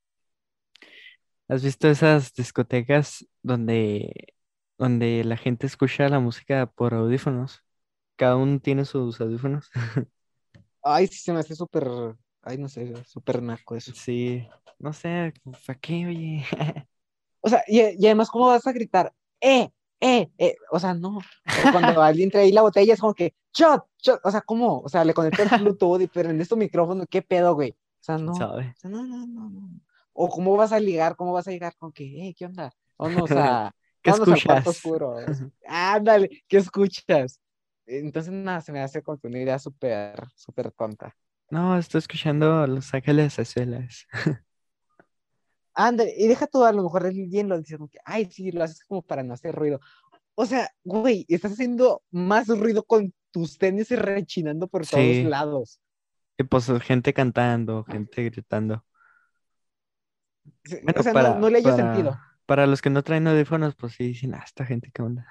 has visto esas discotecas donde la gente escucha la música por audífonos? Cada uno tiene sus audífonos. Ay, sí, se me hace súper, ay, no sé, súper naco eso. Sí, no sé, ¿para qué, oye? O sea, y además, ¿cómo vas a gritar? O sea, no. O cuando alguien trae la botella es como que, shot, shot. O sea, ¿cómo? O sea, le conecto el Bluetooth, pero en este micrófono, ¿qué pedo, güey? O sea, ¿Quién no. O sabe? sea, no, no, no, no. O cómo vas a ligar, cómo vas a llegar con que, ¿qué onda? ¿Qué Vámonos al cuarto escuchas? oscuro. Ándale, ¿qué escuchas? Entonces, nada, se me hace como que una idea súper, súper tonta. No, estoy escuchando Los Ángeles Azules. Ándale, y deja todo, a lo mejor alguien lo dice como que, sí, lo haces como para no hacer ruido. O sea, güey, estás haciendo más ruido con tus tenis rechinando por todos Sí, lados. y pues gente cantando, gente gritando. Sí, o Bueno, sea, no le hallo sentido. para los que no traen audífonos, pues sí dicen, ah, esta gente, ¿qué onda?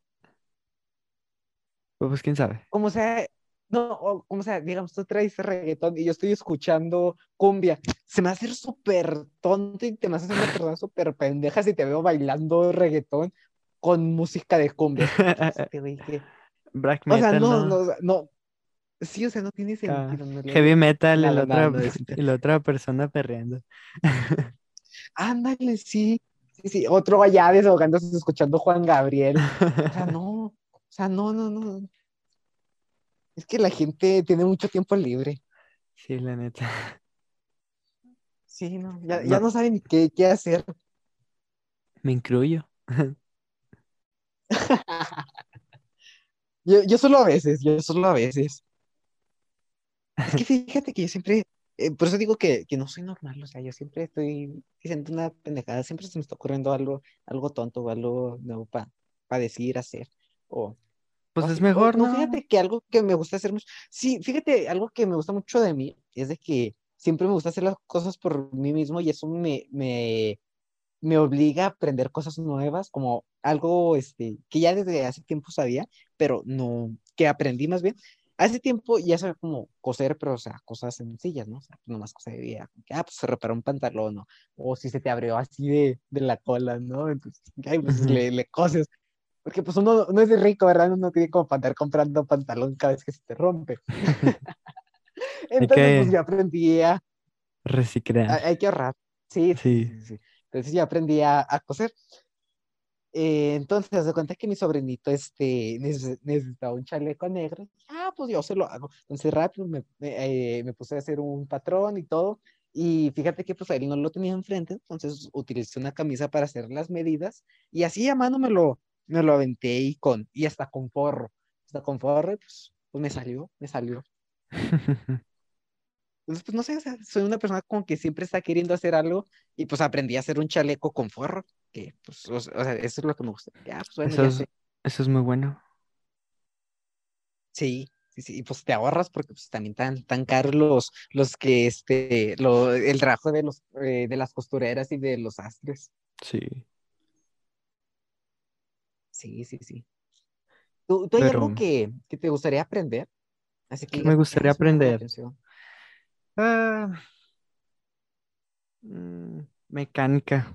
Pues quién sabe. Como sea, no, como sea, digamos, tú traes reggaetón y yo estoy escuchando cumbia. Se me hace súper tonto y te me hace una persona súper pendeja si te veo bailando reggaetón con música de cumbia. Es como, ¿qué es este güey? Black O sea, metal, ¿no? no. Sí, o sea, no tiene Acá, sentido, no le heavy hallo metal nada, nada, nada de sentido. y la otra persona perreando. Ándale, sí, sí, sí, otro allá desahogándose escuchando Juan Gabriel. O sea, no, o sea, no. Es que la gente tiene mucho tiempo libre. Sí, la neta. Sí, no, ya No, no saben ni qué hacer. me incluyo. Yo solo a veces, yo solo a veces. Es que fíjate que yo siempre, por eso digo que no soy normal, o sea, yo siempre estoy diciendo una pendejada, siempre se me está ocurriendo algo tonto o algo nuevo para decir, hacer, o, o Pues es así. O, mejor, no, ¿no? fíjate que algo que me gusta hacer mucho, sí, fíjate, algo que me gusta mucho de mí es de que siempre me gusta hacer las cosas por mí mismo y eso me obliga a aprender cosas nuevas, como algo que ya desde hace tiempo sabía, pero no, que aprendí más bien. Hace tiempo ya sabía como coser, pero o sea, cosas sencillas, ¿no? O sea, nomás coser, como que, pues se reparó un pantalón, ¿no? O si se te abrió así de la cola, ¿no? Entonces, ay, pues Ujú. le coses. Porque pues uno no es de rico, ¿verdad? Uno no tiene como para andar comprando pantalón cada vez que se te rompe. Hay Entonces, pues que yo aprendí reciclar. hay que ahorrar. Sí, sí, sí, Sí. sí, sí. Entonces yo aprendí a coser. Entonces, haz de cuenta que mi sobrinito necesitaba un chaleco negro. Pues yo se lo hago. Entonces, rápido me puse a hacer un patrón y todo. Y fíjate que pues a él no lo tenía enfrente. Entonces, utilicé una camisa para hacer las medidas. Y así a mano me lo aventé y hasta con forro. Hasta con forro, y, pues me salió. Entonces, pues no sé, o sea, soy una persona como que siempre está queriendo hacer algo y pues aprendí a hacer un chaleco con forro, que pues, o sea, eso es lo que me gusta. Pues bueno, Eso ya es, sé. eso es muy bueno. Sí, sí, sí, y pues te ahorras porque pues también tan caros los que, el trabajo de las costureras y de los sastres. Sí. Sí, sí, sí. ¿Tú hay algo Pero, que te gustaría aprender? Así que ¿qué me digas, gustaría eso me llama la aprender? atención. Ah, mecánica.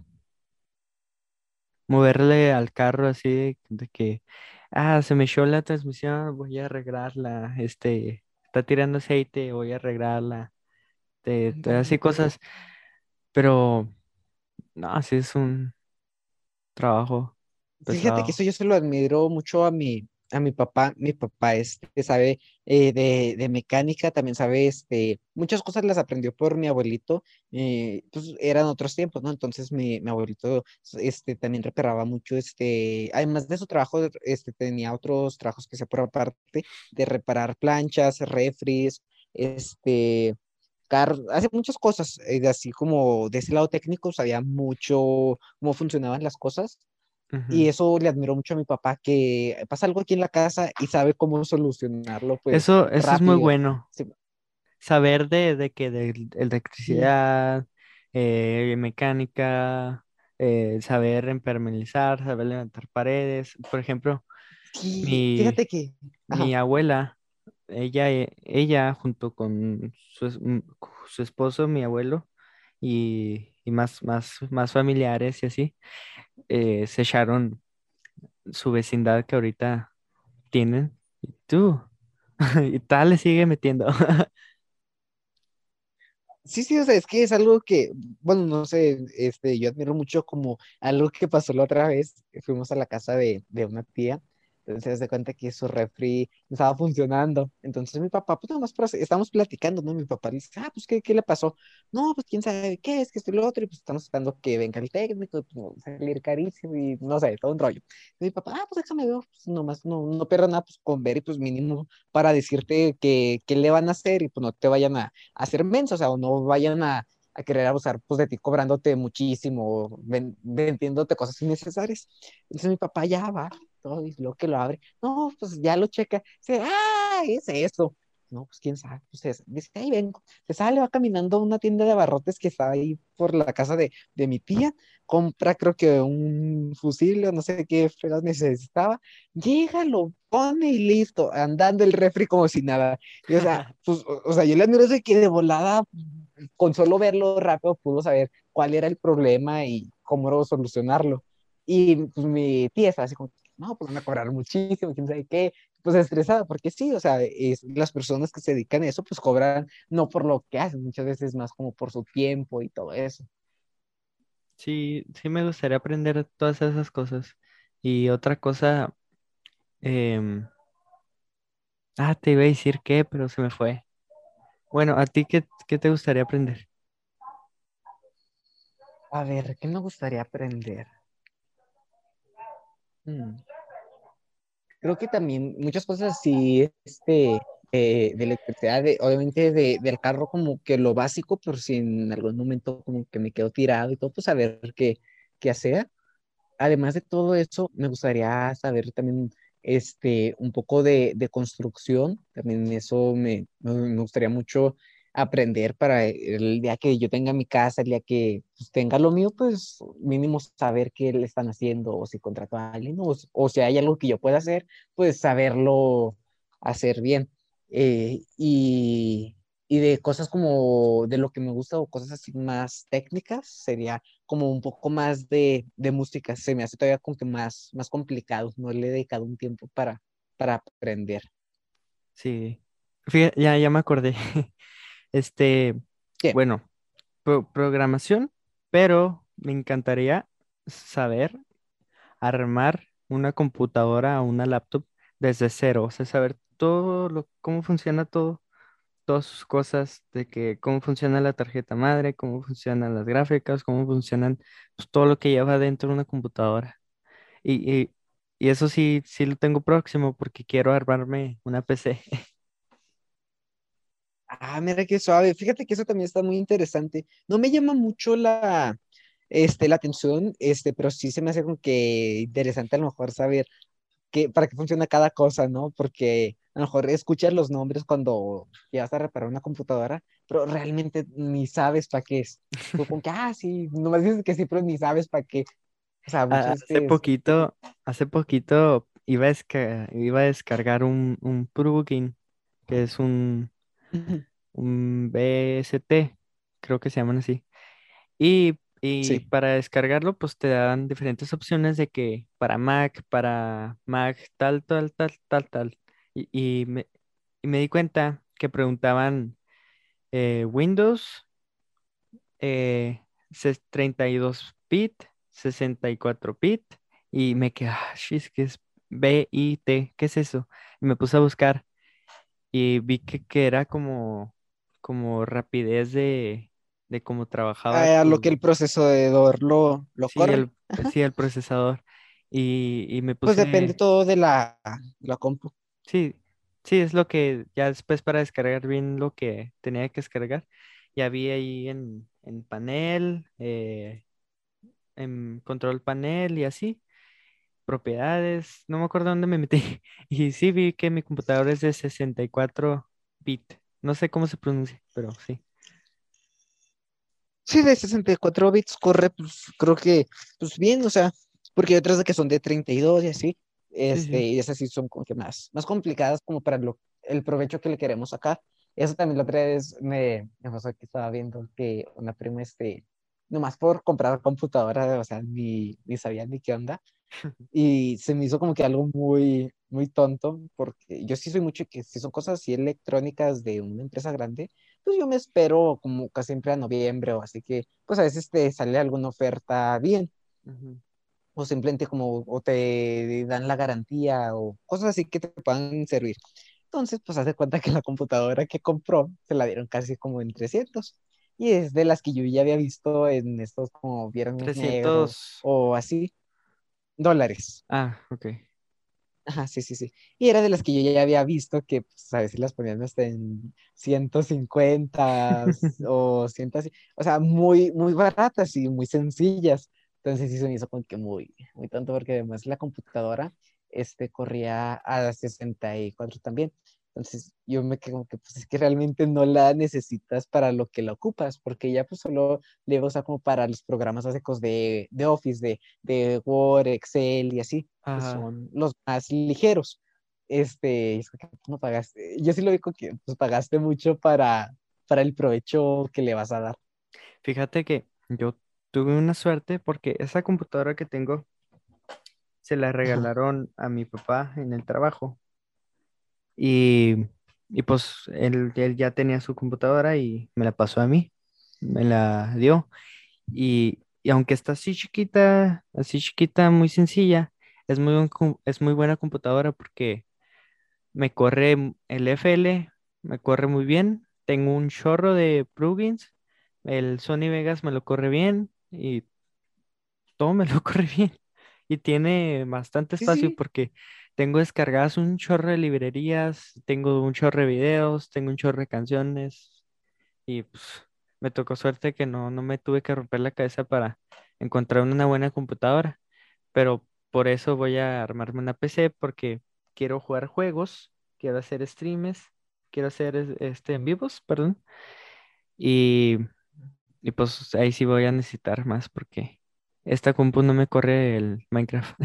Moverle al carro así de que, se me echó la transmisión, voy a arreglarla. Está tirando aceite, voy a arreglarla. Así Ándale. cosas. Pero, no, sí es un trabajo Fíjate que pesado. eso yo se lo admiro mucho a mi papá. Mi papá sabe de mecánica, también sabe, muchas cosas las aprendió por mi abuelito. Pues eran otros tiempos, ¿no? Entonces mi abuelito, también reparaba mucho, además de su trabajo, tenía otros trabajos que hacía por aparte, de reparar planchas, refris, hace muchas cosas, así como de ese lado técnico, sabía mucho cómo funcionaban las cosas. Y Ujú. eso le admiro mucho a mi papá, que pasa algo aquí en la casa y sabe cómo solucionarlo, pues Eso es muy rápido. bueno. Sí, Saber de que de sí, electricidad, mecánica, saber impermeabilizar, saber levantar paredes. Por ejemplo, sí, mi, fíjate que, mi ajá, abuela, ella junto con su esposo, mi abuelo, y más familiares y así, se echaron su vecindad que ahorita tienen. Y tú, y tal le sigue metiendo. sí, sí, o sea, es que es algo que, bueno, no sé, yo admiro mucho como algo que pasó la otra vez, que fuimos a la casa de una tía, entonces se cuenta que su refri no estaba funcionando, entonces mi papá, pues nada más estamos platicando, ¿no? Mi papá dice, pues, ¿qué le pasó? No, pues, quién sabe qué es, que esto y lo otro, y pues estamos esperando que venga el técnico, y, pues, no, va a salir carísimo, y no sé, todo un rollo. Y mi papá, pues déjame ver, pues nomás, no pierdo nada, pues con ver, y pues mínimo para decirte qué le van a hacer, y pues no te vayan a hacer mensos, o sea, o no vayan a querer abusar pues, de ti cobrándote muchísimo, vendiéndote cosas innecesarias. Entonces mi papá ya va, todo, y luego que lo abre, no, pues ya lo checa, dice, ah, es eso. No, pues quién sabe, pues dice, ahí vengo. Se sale, va caminando a una tienda de abarrotes que está ahí por la casa de mi tía, compra creo que un fusil o no sé qué fregas necesitaba, llega, lo pone y listo, andando el refri como si nada. Y o sea, pues, o sea, yo le admiro de que de volada, con solo verlo rápido, pudo saber cuál era el problema y cómo solucionarlo. Y pues mi tía estaba así como, no, pues van a cobrar muchísimo, quién sabe qué, pues estresada, porque sí, o sea, las personas que se dedican a eso, pues cobran no por lo que hacen, muchas veces más como por su tiempo y todo eso. Sí, sí me gustaría aprender todas esas cosas. Y otra cosa, em, te iba a decir qué, pero se me fue. Bueno, ¿a ti qué te gustaría aprender? A ver, ¿qué me gustaría aprender? Mm, Creo que también muchas cosas así, de electricidad, obviamente del carro como que lo básico, por si en algún momento como que me quedo tirado y todo, pues saber qué hacer. Además de todo eso, me gustaría saber también un poco de construcción. También eso me gustaría mucho aprender para el día que yo tenga mi casa, el día que pues, tenga lo mío, pues mínimo saber qué le están haciendo o si contrato a alguien o si hay algo que yo pueda hacer, pues saberlo hacer bien. Y de cosas como de lo que me gusta o cosas así más técnicas, sería como un poco más de música, se me hace todavía como que más complicado, no le he dedicado un tiempo para aprender. Sí, fíjate, ya me acordé. Este, ¿Qué? bueno, programación, pero me encantaría saber armar una computadora o una laptop desde cero, o sea, saber cómo funciona todo, todas sus cosas, de que cómo funciona la tarjeta madre, cómo funcionan las gráficas, cómo funcionan pues, todo lo que lleva dentro de una computadora. Y, y, y eso sí, sí lo tengo próximo porque quiero armarme una PC. Ah, mira qué suave. Fíjate que eso también está muy interesante. No me llama mucho la atención, pero sí se me hace como que interesante a lo mejor saber para qué funciona cada cosa, ¿no? Porque a lo mejor escuchas los nombres cuando ya vas a reparar una computadora, pero realmente ni sabes para qué es. Tú como que, sí, nomás dices que sí, pero ni sabes para qué. O sea, Ah, muchas veces, hace poquito iba a descargar un plugin que es un BST, creo que se llaman así. Y sí. para descargarlo, pues te dan diferentes opciones de que para Mac, tal. Y, y me, y me di cuenta que preguntaban Windows 32 bit, 64 bit, y me quedé, shit, ¿qué es BIT? ¿Qué es eso? Y me puse a buscar y vi que era como rapidez de cómo trabajaba A lo que el procesador lo sí, corre. Ajá. sí, el procesador. Y me Pues depende puse, todo de la compu. sí, sí, es lo que ya después para descargar bien lo que tenía que descargar. Ya vi ahí en panel, en control panel y así, propiedades, no me acuerdo dónde me metí. Y sí vi que mi computador es de 64 bit. No sé cómo se pronuncia, pero sí. Sí, de 64 bits corre, pues creo que, pues bien, o sea, porque hay otras de que son de 32 y así, Sí, sí. y esas sí son como que más complicadas como para el provecho que le queremos acá. Eso también la otra vez me pasó que estaba viendo que una prima, nomás por comprar computadora, o sea, ni sabía ni qué onda, y se me hizo como que algo muy tonto, porque yo sí soy mucho que si son cosas así electrónicas de una empresa grande, pues yo me espero como casi siempre a noviembre o así que, pues a veces te sale alguna oferta bien, Ujú. o simplemente como, o te dan la garantía o cosas así que te puedan servir. Entonces, pues haz de cuenta que la computadora que compró se la dieron casi como en 300. Y es de las que yo ya había visto en estos como Viernes Negro 300. o así, dólares. Ok. Ajá, sí, sí, sí. Y era de las que yo ya había visto que pues, a veces las ponían hasta en 150 o 100, así. O sea, muy baratas y muy sencillas. Entonces sí se me hizo como que muy tonto porque además la computadora corría a 64 también. Entonces yo me quedo como que pues es que realmente no la necesitas para lo que la ocupas, porque ya pues solo le vas a usar como para los programas básicos de Office, de Word, Excel y así, que Ajá. son los más ligeros. Es que pues, no pagaste, yo sí lo digo que pues pagaste mucho para el provecho que le vas a dar. Fíjate que yo tuve una suerte porque esa computadora que tengo se la Ajá. regalaron a mi papá en el trabajo y, y pues él ya tenía su computadora y me la pasó a mí, me la dio y aunque está así chiquita, muy sencilla, es muy buena computadora porque me corre el FL, me corre muy bien, tengo un chorro de plugins, el Sony Vegas me lo corre bien y todo me lo corre bien. Y tiene bastante Sí, espacio sí, porque tengo descargadas un chorro de librerías, tengo un chorro de videos, tengo un chorro de canciones y pues me tocó suerte que no me tuve que romper la cabeza para encontrar una buena computadora. Pero por eso voy a armarme una PC porque quiero jugar juegos, quiero hacer streams, quiero hacer en vivos, perdón. Y, y pues ahí sí voy a necesitar más porque esta compu no me corre el Minecraft.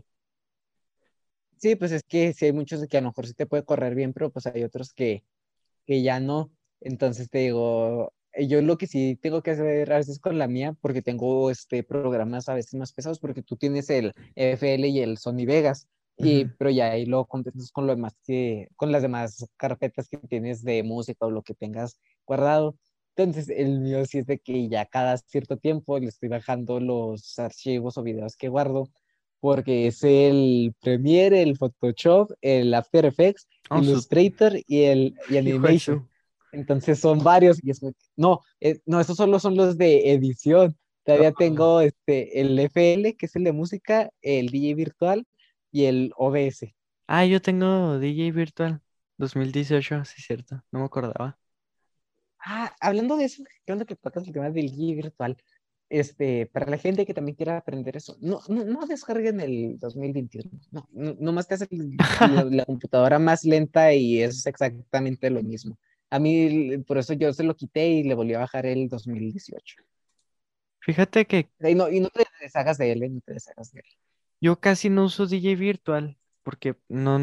sí, pues es que sí hay muchos de que a lo mejor sí te puede correr bien, pero pues hay otros que ya no. Entonces te digo, yo lo que sí tengo que hacer a veces con la mía, porque tengo programas a veces más pesados, porque tú tienes el FL y el Sony Vegas, Ujú. pero ya ahí lo completas con lo demás con las demás carpetas que tienes de música o lo que tengas guardado. Entonces, el mío sí es de que ya cada cierto tiempo le estoy bajando los archivos o videos que guardo, porque es el Premiere, el Photoshop, el After Effects, Oh, Illustrator y hijo de Animation. su. Entonces son varios y no, no, esos solo son los de edición. Todavía Oh. tengo el FL, que es el de música, el DJ virtual y el OBS. Ah, yo tengo DJ Virtual 2018, sí, cierto, no me acordaba. Ah, hablando de eso, qué onda que tocas el tema del DJ virtual. Para la gente que también quiera aprender eso, no descarguen el 2021. No más te hace la computadora más lenta y es exactamente lo mismo. A mí, por eso yo se lo quité y le volví a bajar el 2018. Fíjate que Y no te deshagas de él, no te deshagas de él. yo casi no uso DJ Virtual porque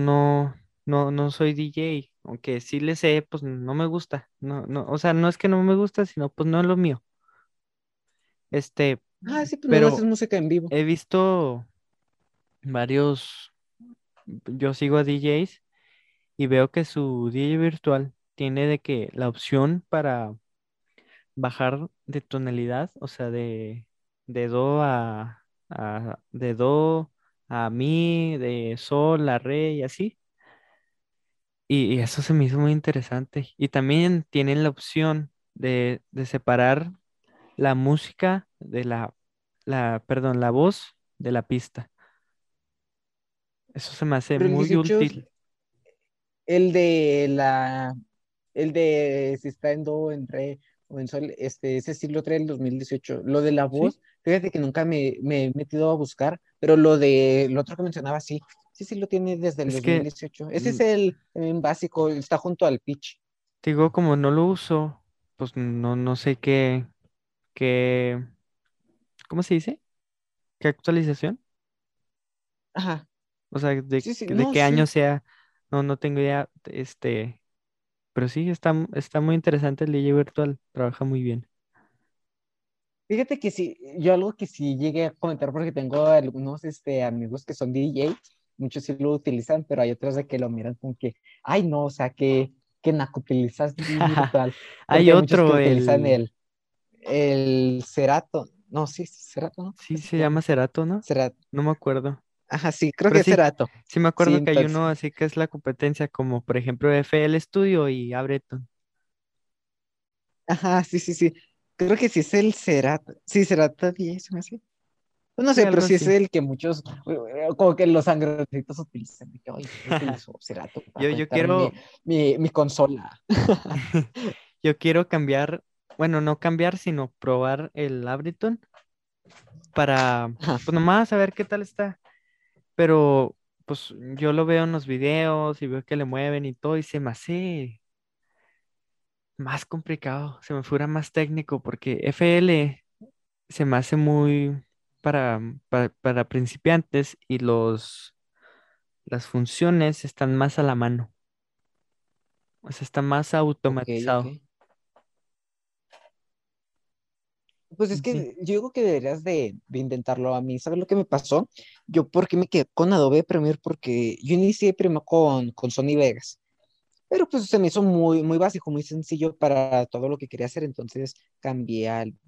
no soy DJ, aunque sí le sé, pues no me gusta. No, o sea, no es que no me gusta, sino pues no es lo mío. Este, Ah, sí, pues no haces pero música en vivo. he visto varios, yo sigo a DJs y veo que su DJ virtual tiene de que la opción para bajar de tonalidad, o sea, de do de do a mi, de sol a re y así. Y eso se me hizo muy interesante. Y también tienen la opción de separar la música de perdón, la voz de la pista. Eso se me hace Pero el muy 18, útil. el de la, el de si está en do, en re o en sol, ese sí lo trae el 2018. Lo de la ¿Sí? voz, fíjate que nunca me he metido a buscar, pero lo otro que mencionaba, sí, sí lo tiene desde el Es que, 2018. Ese mm, es el básico, está junto al pitch. digo, como no lo uso, pues no sé qué, ¿cómo se dice? ¿Qué actualización? Ajá, O sea, sí, sí, de no, qué año sí. sea, no tengo idea, pero sí, está muy interesante el DJ virtual, trabaja muy bien. Fíjate que sí, yo algo que sí llegué a comentar porque tengo algunos amigos que son DJs, muchos sí lo utilizan, pero hay otros de que lo miran como que, ay no, o sea, que naco utilizas DJ virtual, Hay porque hay muchos que otro, utilizan el Serato, no, sí, Serato, ¿no? sí Así se se llama llama, Cerato, ¿no? Serato, No me acuerdo. ajá, sí, creo Pero que es sí, Serato, sí me sí, acuerdo que hay entonces, uno así que es la competencia, como por ejemplo FL Studio y Ableton. ajá, sí, sí, sí, creo que sí es el Serato, sí, Serato 10, se me hace. Pues no Sí, sé, pero algo sí es así. el que muchos, como que los sangrecitos utilizan. De que, oye, yo utilizo Cerato para Yo conectar mi, quiero, mi consola. yo quiero cambiar, bueno, no cambiar, sino probar el Ableton para, Ajá, pues nomás saber qué tal está. Pero pues yo lo veo en los videos y veo que le mueven y todo y se me hace más complicado, se me fuera más técnico porque FL se me hace muy para principiantes y las funciones están más a la mano, o sea, está más Ok, ok. automatizado. Pues es Sí. que yo digo que deberías de intentarlo. A mí, ¿sabes lo que me pasó? Yo, ¿por qué me quedé con Adobe Premiere? Porque yo inicié primero con Sony Vegas, pero pues se me hizo muy, muy básico, muy sencillo para todo lo que quería hacer. Entonces cambié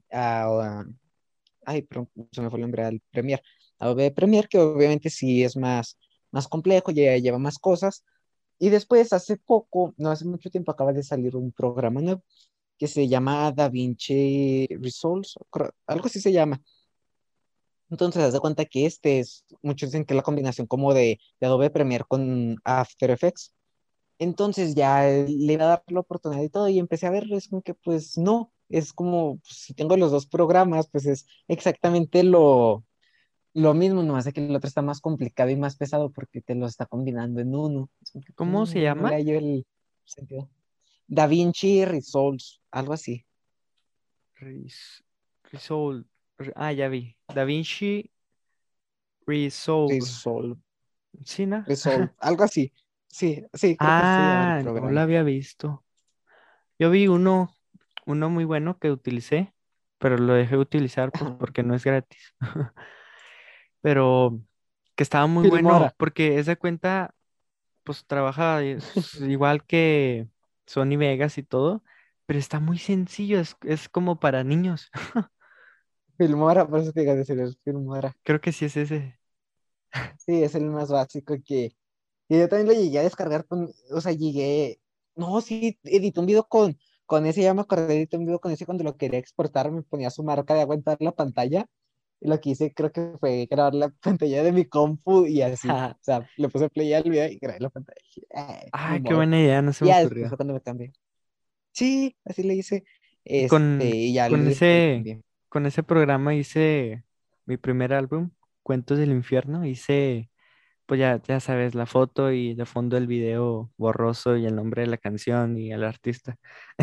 ay, perdón, se me fue el nombre, al Premiere. Adobe Premiere, que obviamente sí es más complejo, ya lleva más cosas. Y después, hace poco, no hace mucho tiempo, acaba de salir un programa nuevo que se llama DaVinci Resolve, algo así se llama. Entonces, haz de cuenta que este es, muchos dicen que es la combinación como de Adobe Premiere con After Effects. Entonces ya le iba a dar la oportunidad y todo, y empecé a ver, es como que pues no, es como, pues, si tengo los dos programas, pues es exactamente lo mismo, nomás de que el otro está más complicado y más pesado porque te lo está combinando en uno. Es como que pues, ¿Cómo se no le llama? hallo el sentido. DaVinci Resolve, algo así. Res- Resolve. Ya vi. DaVinci Resolve. Resolve, ¿Sí, no? Resolve, algo así. Sí, sí, creo que así se llama el No lo programa. había visto. Yo vi uno muy bueno que utilicé, pero lo dejé de utilizar pues Ajá. porque no es gratis. Pero que estaba muy bueno Filmora. porque esa cuenta pues trabaja igual que Sony Vegas y todo, pero está muy sencillo, es como para niños. Filmora, por eso te iba a decir, es Filmora. Creo que sí es ese. Sí, es el más básico que yo también lo llegué a descargar o sea, no, sí, edité un video con ese, ya me acordé, edité un video con ese cuando lo quería exportar, me ponía su marca de aguantar la pantalla, y lo que hice creo que fue grabar la pantalla de mi compu y así, o sea, le puse play al video y grabé la pantalla, y dije, ni Qué modo. buena idea, no se Y me ya después fue ocurrió. cuando me cambié. Sí, así le hice, Y y ya después le cambié. con ese programa hice mi primer álbum, Cuentos del Infierno. Hice, pues ya sabes, la foto y de fondo el video borroso y el nombre de la canción y el artista.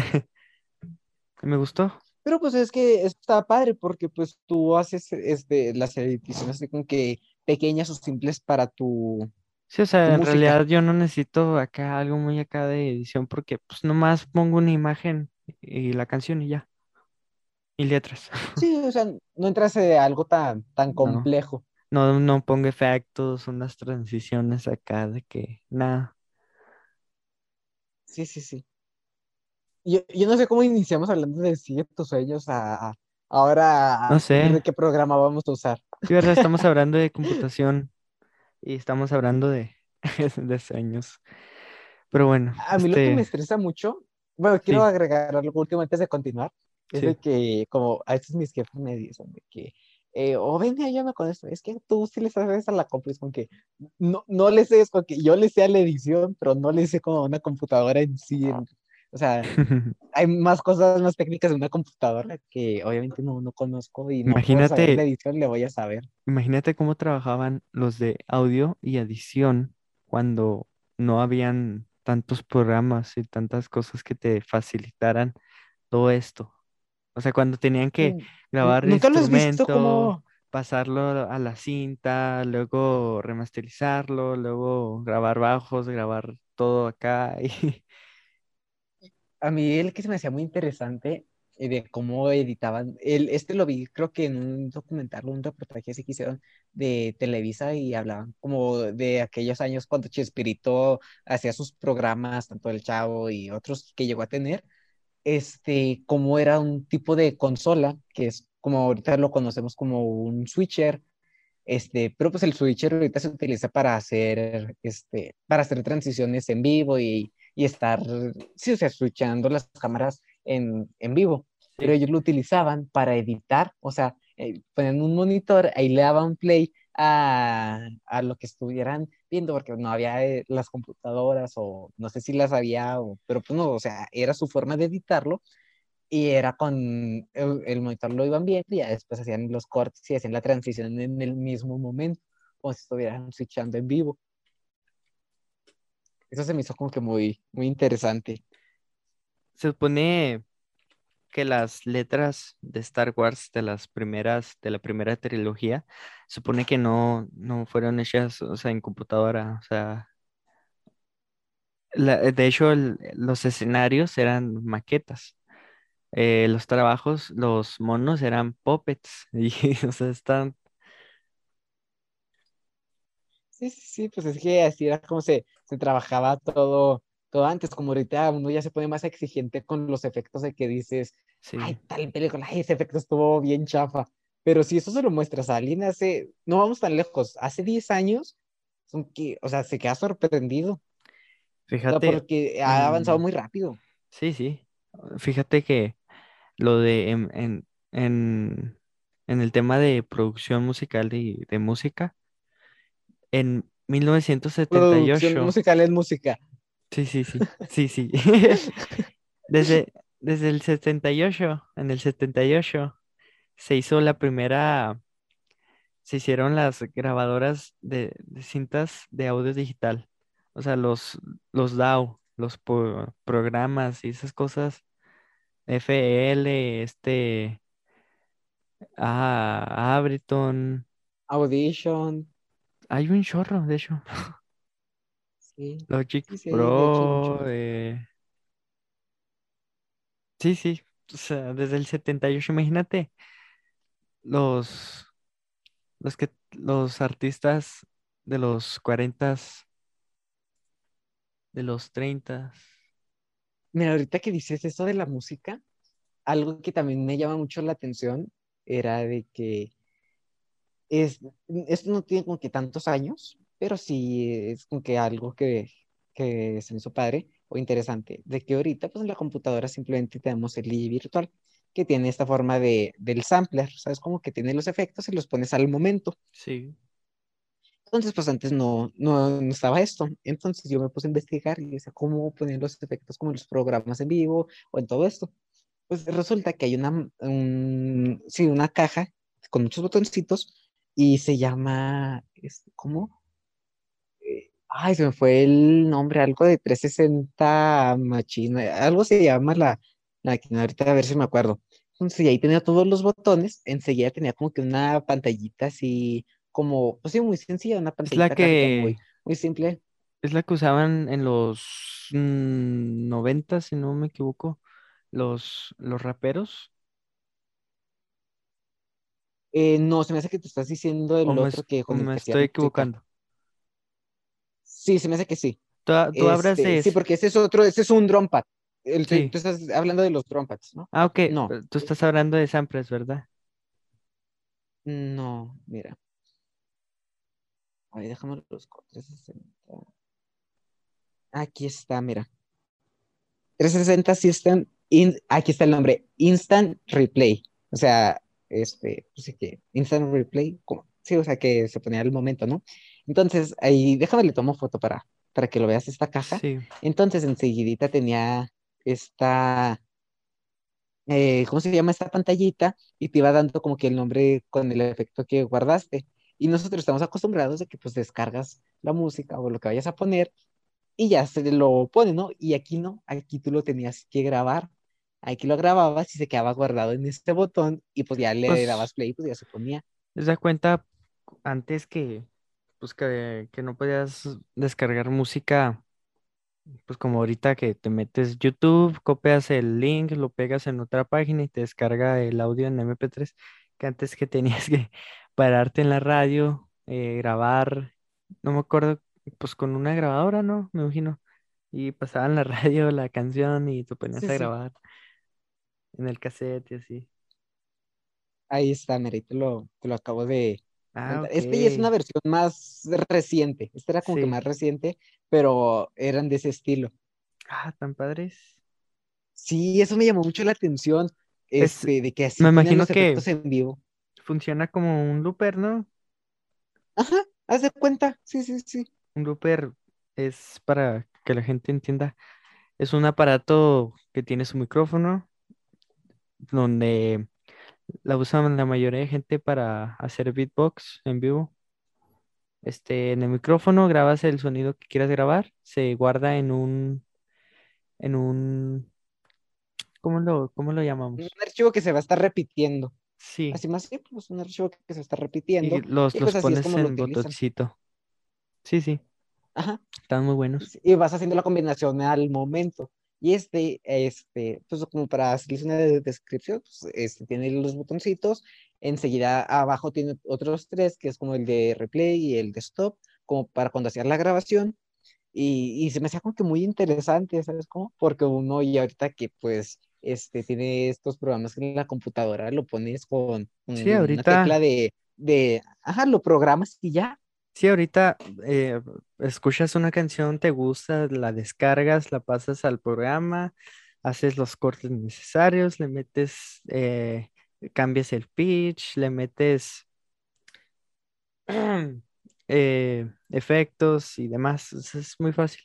Me gustó. Pero pues es que está padre porque pues tú haces las ediciones así como que pequeñas o simples para Sí, o tu sea, en música. realidad yo no necesito acá algo muy acá de edición porque pues nomás pongo una imagen y la canción y ya, y letras. Sí, o sea, no entras a algo tan No, complejo. no pongo efectos, unas transiciones acá de que nada. Sí, sí, sí. Yo no sé cómo iniciamos hablando de sigue tus sueños ahora No a sé, decir de qué programa vamos a usar. sí, verdad, estamos hablando de computación y estamos hablando de, de sueños. Pero bueno, A mí lo que me estresa mucho, bueno, quiero sí, agregar algo último antes de continuar, es sí. de que como a veces mis jefes me dicen de que, ven, ayúdame con esto, es que tú sí le sabes a la compu, es como que no le sé, es como que yo le sé a la edición, pero no le sé como a una computadora en sí, o sea, hay más cosas más técnicas de una computadora que obviamente no conozco y no por saber la Imagínate, edición le voy a saber. imagínate cómo trabajaban los de audio y edición cuando no habían tantos programas y tantas cosas que te facilitaran todo esto. O sea, cuando tenían que Mm, grabar ¿Nunca lo has visto instrumento, como... pasarlo a la cinta, luego remasterizarlo, luego grabar bajos, grabar todo acá y A mí el que se me hacía muy interesante de cómo editaban, lo vi creo que en un documental, un reportaje así que hicieron de Televisa y hablaban como de aquellos años cuando Chespirito hacía sus programas, tanto El Chavo y otros que llegó a tener, cómo era un tipo de consola, que es como ahorita lo conocemos como un switcher, pero pues el switcher ahorita se utiliza para hacer transiciones en vivo y estar, sí, o sea, switchando las cámaras en vivo. Pero sí. ellos lo utilizaban para editar, o sea, ponían un monitor, ahí le daban play a lo que estuvieran viendo, porque no había las computadoras o no sé si las había, pero pues no, o sea, era su forma de editarlo y era con el monitor lo iban viendo y ya después hacían los cortes y hacían la transición en el mismo momento, como si estuvieran switchando en vivo. Eso se me hizo como que muy, muy interesante. Se supone que las letras de Star Wars de la primera trilogía, supone que no fueron hechas, o sea, en computadora, o sea, de hecho los escenarios eran maquetas, los trabajos, los monos eran puppets, y, o sea, están, Sí, sí, sí, pues es que así era como se trabajaba todo, todo antes, como ahorita uno ya se pone más exigente con los efectos de que dices, ay, sí, tal película, ay, ese efecto estuvo bien chafa. Pero si eso se lo muestras a alguien hace, no vamos tan lejos, hace 10 años, son que, o sea, se queda sorprendido, o sea, fíjate, porque ha avanzado mm, muy rápido. sí, sí, fíjate que lo de en el tema de producción musical de música, en Producción 1978. musical es música. Sí, sí, sí, sí, sí. Desde, desde el 78, en el 78, se hizo la primera, se hicieron las grabadoras de cintas de audio digital. O sea, los DAW, programas y esas cosas, FL, Ableton, Audition, hay un chorro, de hecho. sí, Logic sí, sí, de hecho hay Pro, muchos. sí, sí, o sea, desde el 78, imagínate, los, los artistas de los 40, de los 30. Mira, ahorita que dices eso de la música, algo que también me llama mucho la atención era de que es, esto no tiene como que tantos años, pero sí es como que algo que se me hizo padre o interesante, de que ahorita pues en la computadora simplemente tenemos el IE virtual, que tiene esta forma del sampler, ¿sabes? Como que tiene los efectos y los pones al momento. Sí, Entonces, pues antes no estaba esto. Entonces yo me puse a investigar y decía, ¿cómo poner los efectos como en los programas en vivo o en todo esto? Pues resulta que hay sí, una caja con muchos botoncitos y se llama, ¿cómo? Ay, se me fue el nombre, algo de 360 Machine, algo se llama la máquina, ahorita a ver si me acuerdo. Entonces, y ahí tenía todos los botones, enseguida tenía como que una pantallita así, como, pues sí, muy sencilla, una es la pantallita gráfica que, muy, muy simple. es la que usaban en los 90, si no me equivoco, los raperos, No, se me hace que te estás diciendo el otro que o con el me que hacía estoy música. equivocando. Sí, se me hace que sí. Tú hablas de Sí, ese, porque ese es otro, ese es un drum pad. sí. Tú estás hablando de los drum pads, ¿no? Ah, ok, No, tú estás hablando de samples, ¿verdad? no, mira. A ver, déjame los 360. Aquí está, mira. 360 System, aquí está el nombre, Instant Replay. O sea, pues sí que Instant Replay, como, sí, o sea que se ponía al momento, ¿no? Entonces, ahí, déjame le tomo foto para que lo veas esta caja. Sí. Entonces, enseguidita tenía esta ¿cómo se llama esta pantallita? Y te iba dando como que el nombre con el efecto que guardaste. Y nosotros estamos acostumbrados de que pues descargas la música o lo que vayas a poner y ya se lo pone, ¿no? Y aquí no, aquí tú lo tenías que grabar. Aquí lo grababas y se quedaba guardado en este botón y pues ya le Pues, dabas play, pues ya se ponía. ¿te das cuenta antes pues que no podías descargar música? Pues como ahorita que te metes YouTube, copias el link, lo pegas en otra página y te descarga el audio en MP3, que antes que tenías que pararte en la radio, grabar, no me acuerdo, pues con una grabadora, ¿no? Me imagino. Y pasaban la radio, la canción y te ponías Sí, a sí. grabar en el cassette y así. Ahí está, mira, y te lo acabo de Ah, mandar. ok. Este ya es una versión más reciente. Este era como que Sí. más reciente, pero eran de ese estilo. Ah, tan padres. Sí, eso me llamó mucho la atención, Es, de que así me ponían imagino los que efectos en vivo. funciona como un looper, ¿no? Ajá, haz de cuenta. Sí, sí, sí. Un looper es para que la gente entienda. Es un aparato que tiene su micrófono, donde la usan la mayoría de gente para hacer beatbox en vivo. En el micrófono grabas el sonido que quieras grabar, se guarda en un, cómo lo Un llamamos? archivo que se va a estar repitiendo. Sí, Así más simple, pues un archivo que se está y repitiendo y los pues así es pones como lo en utilizan. botoncito. Sí, sí, Ajá. están muy buenos. Y vas haciendo la combinación al momento. Y pues como para hacerles una descripción, pues tiene los botoncitos, enseguida abajo tiene otros tres, que es como el de replay y el de stop, como para cuando hacías la grabación. Y se me hacía como que muy interesante, ¿sabes cómo? Porque uno y ahorita que pues tiene estos programas que en la computadora lo pones con Sí, una tecla ahorita, ajá, lo programas y ya. sí, ahorita escuchas una canción, te gusta, la descargas, la pasas al programa, haces los cortes necesarios, le metes, cambias el pitch, le metes efectos y demás. Es muy fácil.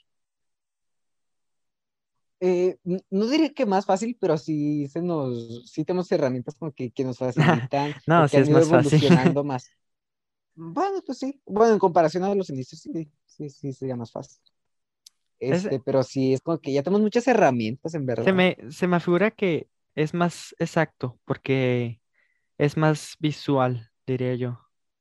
No diría que más fácil, pero sí tenemos herramientas como que nos facilitan o No, que sí han es ido más fácil. evolucionando más. Bueno, pues sí. Bueno, en comparación a los inicios, sí, sería más fácil. Es, Pero sí, es como que ya tenemos muchas herramientas, en verdad. se me figura que es más exacto porque es más visual, diría yo.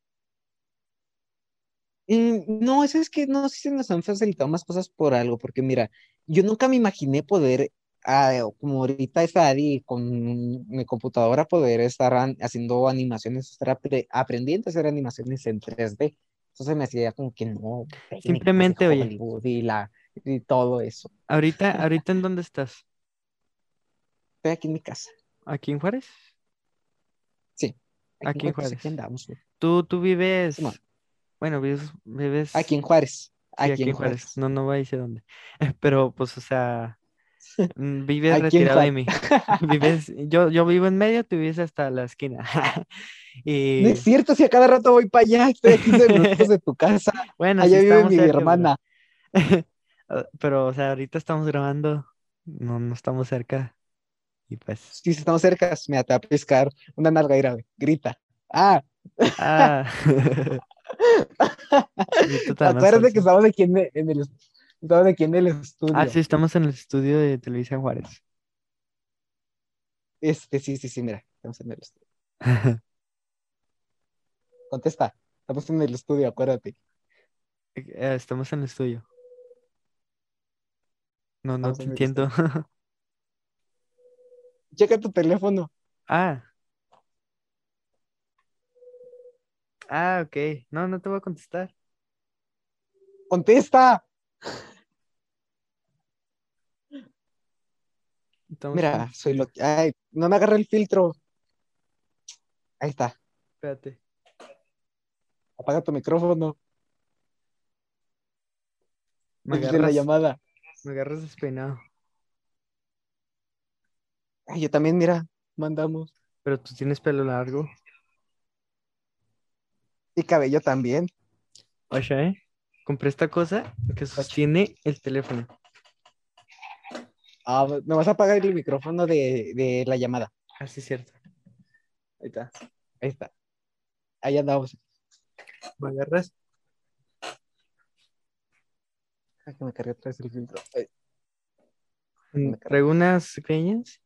No, eso es que no sé si nos han facilitado más cosas por algo, porque mira, yo nunca me imaginé poder, como ahorita está Adi con mi computadora, poder estar haciendo animaciones, estar aprendiendo a hacer animaciones en 3D. Eso se me hacía como que no, técnicas de Simplemente, oye, Hollywood y todo eso. ahorita ¿en dónde estás? Estoy aquí en mi casa. ¿Aquí en Juárez? Sí, aquí en Aquí en Juárez, Juárez. aquí andamos, güey. Tú Simón, vives, bueno, aquí vives en Juárez, sí, aquí aquí en en Juárez. Juárez, No voy a decir dónde. Pero, pues, o sea, vives aquí en retirado de Juárez. mí. Yo vivo en medio, tú vives hasta la esquina. No es Y cierto, si a cada rato voy para allá, estoy a 15 minutos de tu casa. bueno, sí Allá vive estamos mi cerca, hermana. pero, o sea, ahorita estamos grabando, no estamos cerca. Y pues, Si estamos cerca, me te va a pescar una nalga grave. Grita. Ah, ah, métete más acuérdate que salsa. estamos aquí estamos aquí en el Ah, estudio. sí, estamos en el estudio de Televisa Juárez. Sí, mira, estamos en el estudio. Contesta, estamos en el estudio, acuérdate. Estamos en el estudio. No Estamos te en el entiendo. estudio. Checa tu teléfono. Ah, ok. No te voy a contestar. Contesta. Estamos en el Mira, soy estudio. lo que. Ay, no me agarra el filtro. Ahí está. Espérate. Apaga tu micrófono. Me El de la agarras, llamada. me agarras despeinado. Ay, yo también, mira, mandamos. Pero tú tienes pelo largo. Y cabello también. Oye, compré esta cosa que Ocho. sostiene el teléfono. Me vas a apagar el micrófono de la llamada. Ah, sí, es cierto. Ahí está. Ahí está. Ahí andamos. Me agarras. Ay, que me cargué otra vez el filtro. Ay, me cargué. Traigo unas pequeñas.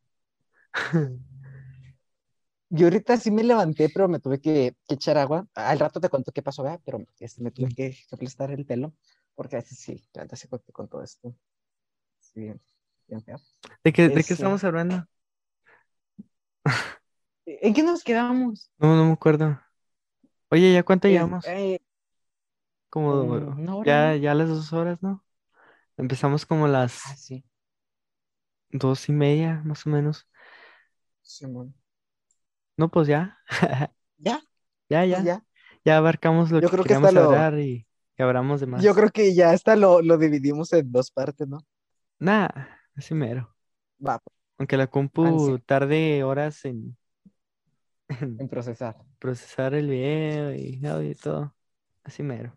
Yo ahorita sí me levanté, pero me tuve que echar agua. Al rato te cuento qué pasó, ¿verdad? Pero me tuve que aplastar el pelo, porque a veces sí, la verdad sí con todo esto. Sí, bien, bien feo. De qué estamos hablando? ¿En qué nos quedamos? No me acuerdo. Oye, ¿ya cuánto Es, llevamos? eh, Como una hora, ¿no? ya las 2 horas, ¿no? Empezamos como Ah, las sí. 2:30, más o menos. Simón. No, pues ya, Ya, ya, pues ya. ya. Ya abarcamos lo Yo que creo que hasta queríamos hablar y hablamos de yo más. creo que ya hasta lo dividimos en dos partes, ¿no? Nada, así mero. Va, Aunque la ansia compu tarde horas en en procesar. procesar el video y audio y todo. Así mero.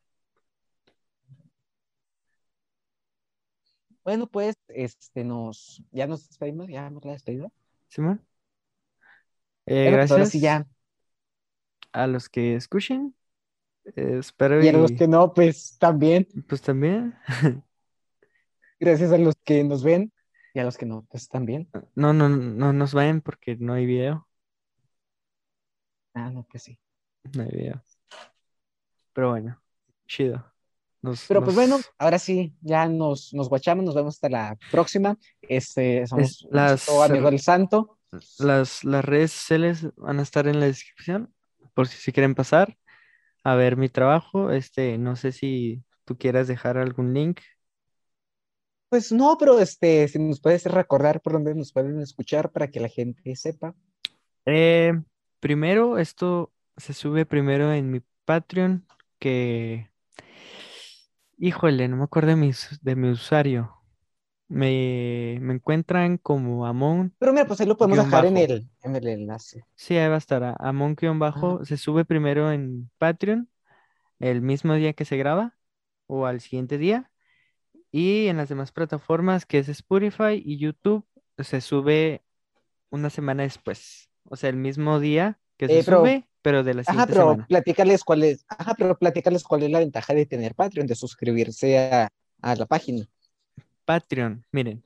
Bueno, pues, ya nos despedimos, ya hemos la despedida. Simón, Bueno, pues ahora sí gracias ya, a los que escuchen. Espero Y a los que y no, pues también, pues también. gracias a los que nos ven y a los que no, pues también. No, no, no nos vayan porque no hay video. Ah, no, pues sí. No hay video. Pero bueno, chido. Pero pues bueno, ahora sí, ya nos guachamos, nos vemos hasta la próxima. Es, Somos tu amigo el Santo. las redes sociales van a estar en la descripción por si quieren pasar a ver mi trabajo. No sé si tú quieras dejar algún link. Pues no, pero si nos puedes recordar por dónde nos pueden escuchar para que la gente sepa. Eh, Primero, esto se sube primero en mi Patreon, que, híjole, no me acuerdo de mi usuario. Me encuentran como Amon Pero mira, pues ahí lo podemos guión dejar bajo. en el enlace. Sí, ahí va a estar. Amon guión Ah, bajo se sube primero en Patreon el mismo día que se graba o al siguiente día. Y en las demás plataformas, que es Spotify y YouTube, se sube una semana después. O sea, el mismo día que se pero, sube, pero de la ajá, siguiente semana. pero platícales cuál es la ventaja de tener Patreon, de suscribirse a la página. Patreon, miren,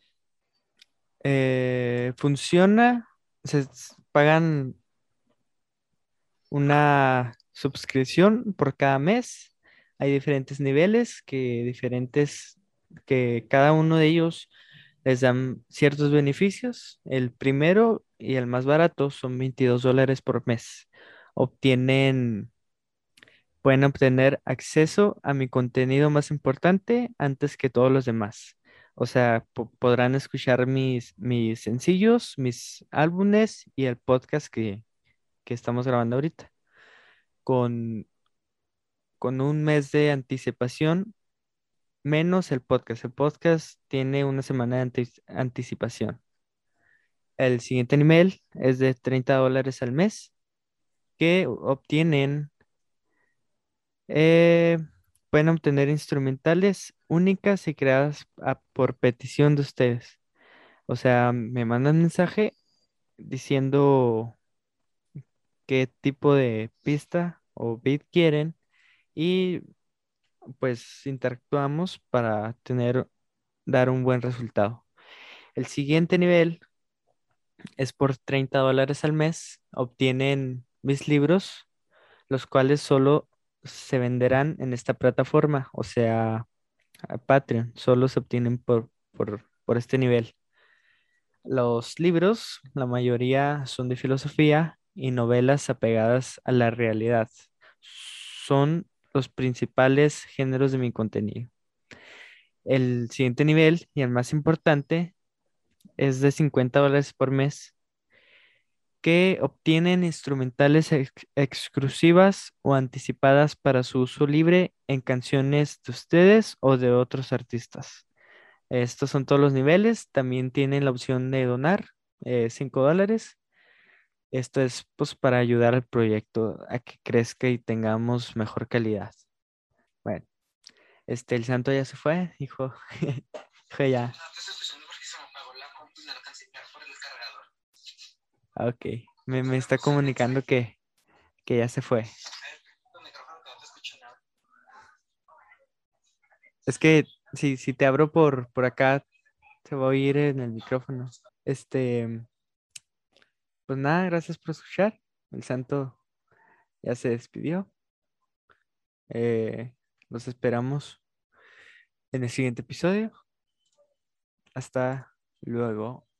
funciona, pagan una suscripción por cada mes. Hay diferentes niveles que cada uno de ellos les dan ciertos beneficios. El primero y el más barato son $22 por mes. Obtienen, Pueden obtener acceso a mi contenido más importante antes que todos los demás. O sea, podrán escuchar mis sencillos, mis álbumes y el podcast que estamos grabando ahorita. Con, con un mes de anticipación menos el podcast. El podcast tiene una semana de anticipación. El siguiente nivel es de $30 al mes que eh, pueden obtener instrumentales únicas y creadas por petición de ustedes. O sea, me mandan mensaje diciendo qué tipo de pista o beat quieren y pues interactuamos para dar un buen resultado. El siguiente nivel es por $30 al mes. Obtienen mis libros, los cuales solo se venderán en esta plataforma, o sea, a Patreon, solo se obtienen por este nivel. Los libros, la mayoría son de filosofía y novelas apegadas a la realidad. Son los principales géneros de mi contenido. El siguiente nivel y el más importante es de $50 por mes que obtienen instrumentales exclusivas o anticipadas para su uso libre en canciones de ustedes o de otros artistas. Estos son todos los niveles. También tienen la opción de donar $5. Esto es pues para ayudar al proyecto a que crezca y tengamos mejor calidad. Bueno, el santo ya se fue, dijo, dijo ya. Ah, ok, me está comunicando que ya se fue. Es que si te abro por acá, te voy a ir en el micrófono. Este, pues nada, gracias por escuchar. El santo ya se despidió. Los esperamos en el siguiente episodio. Hasta luego.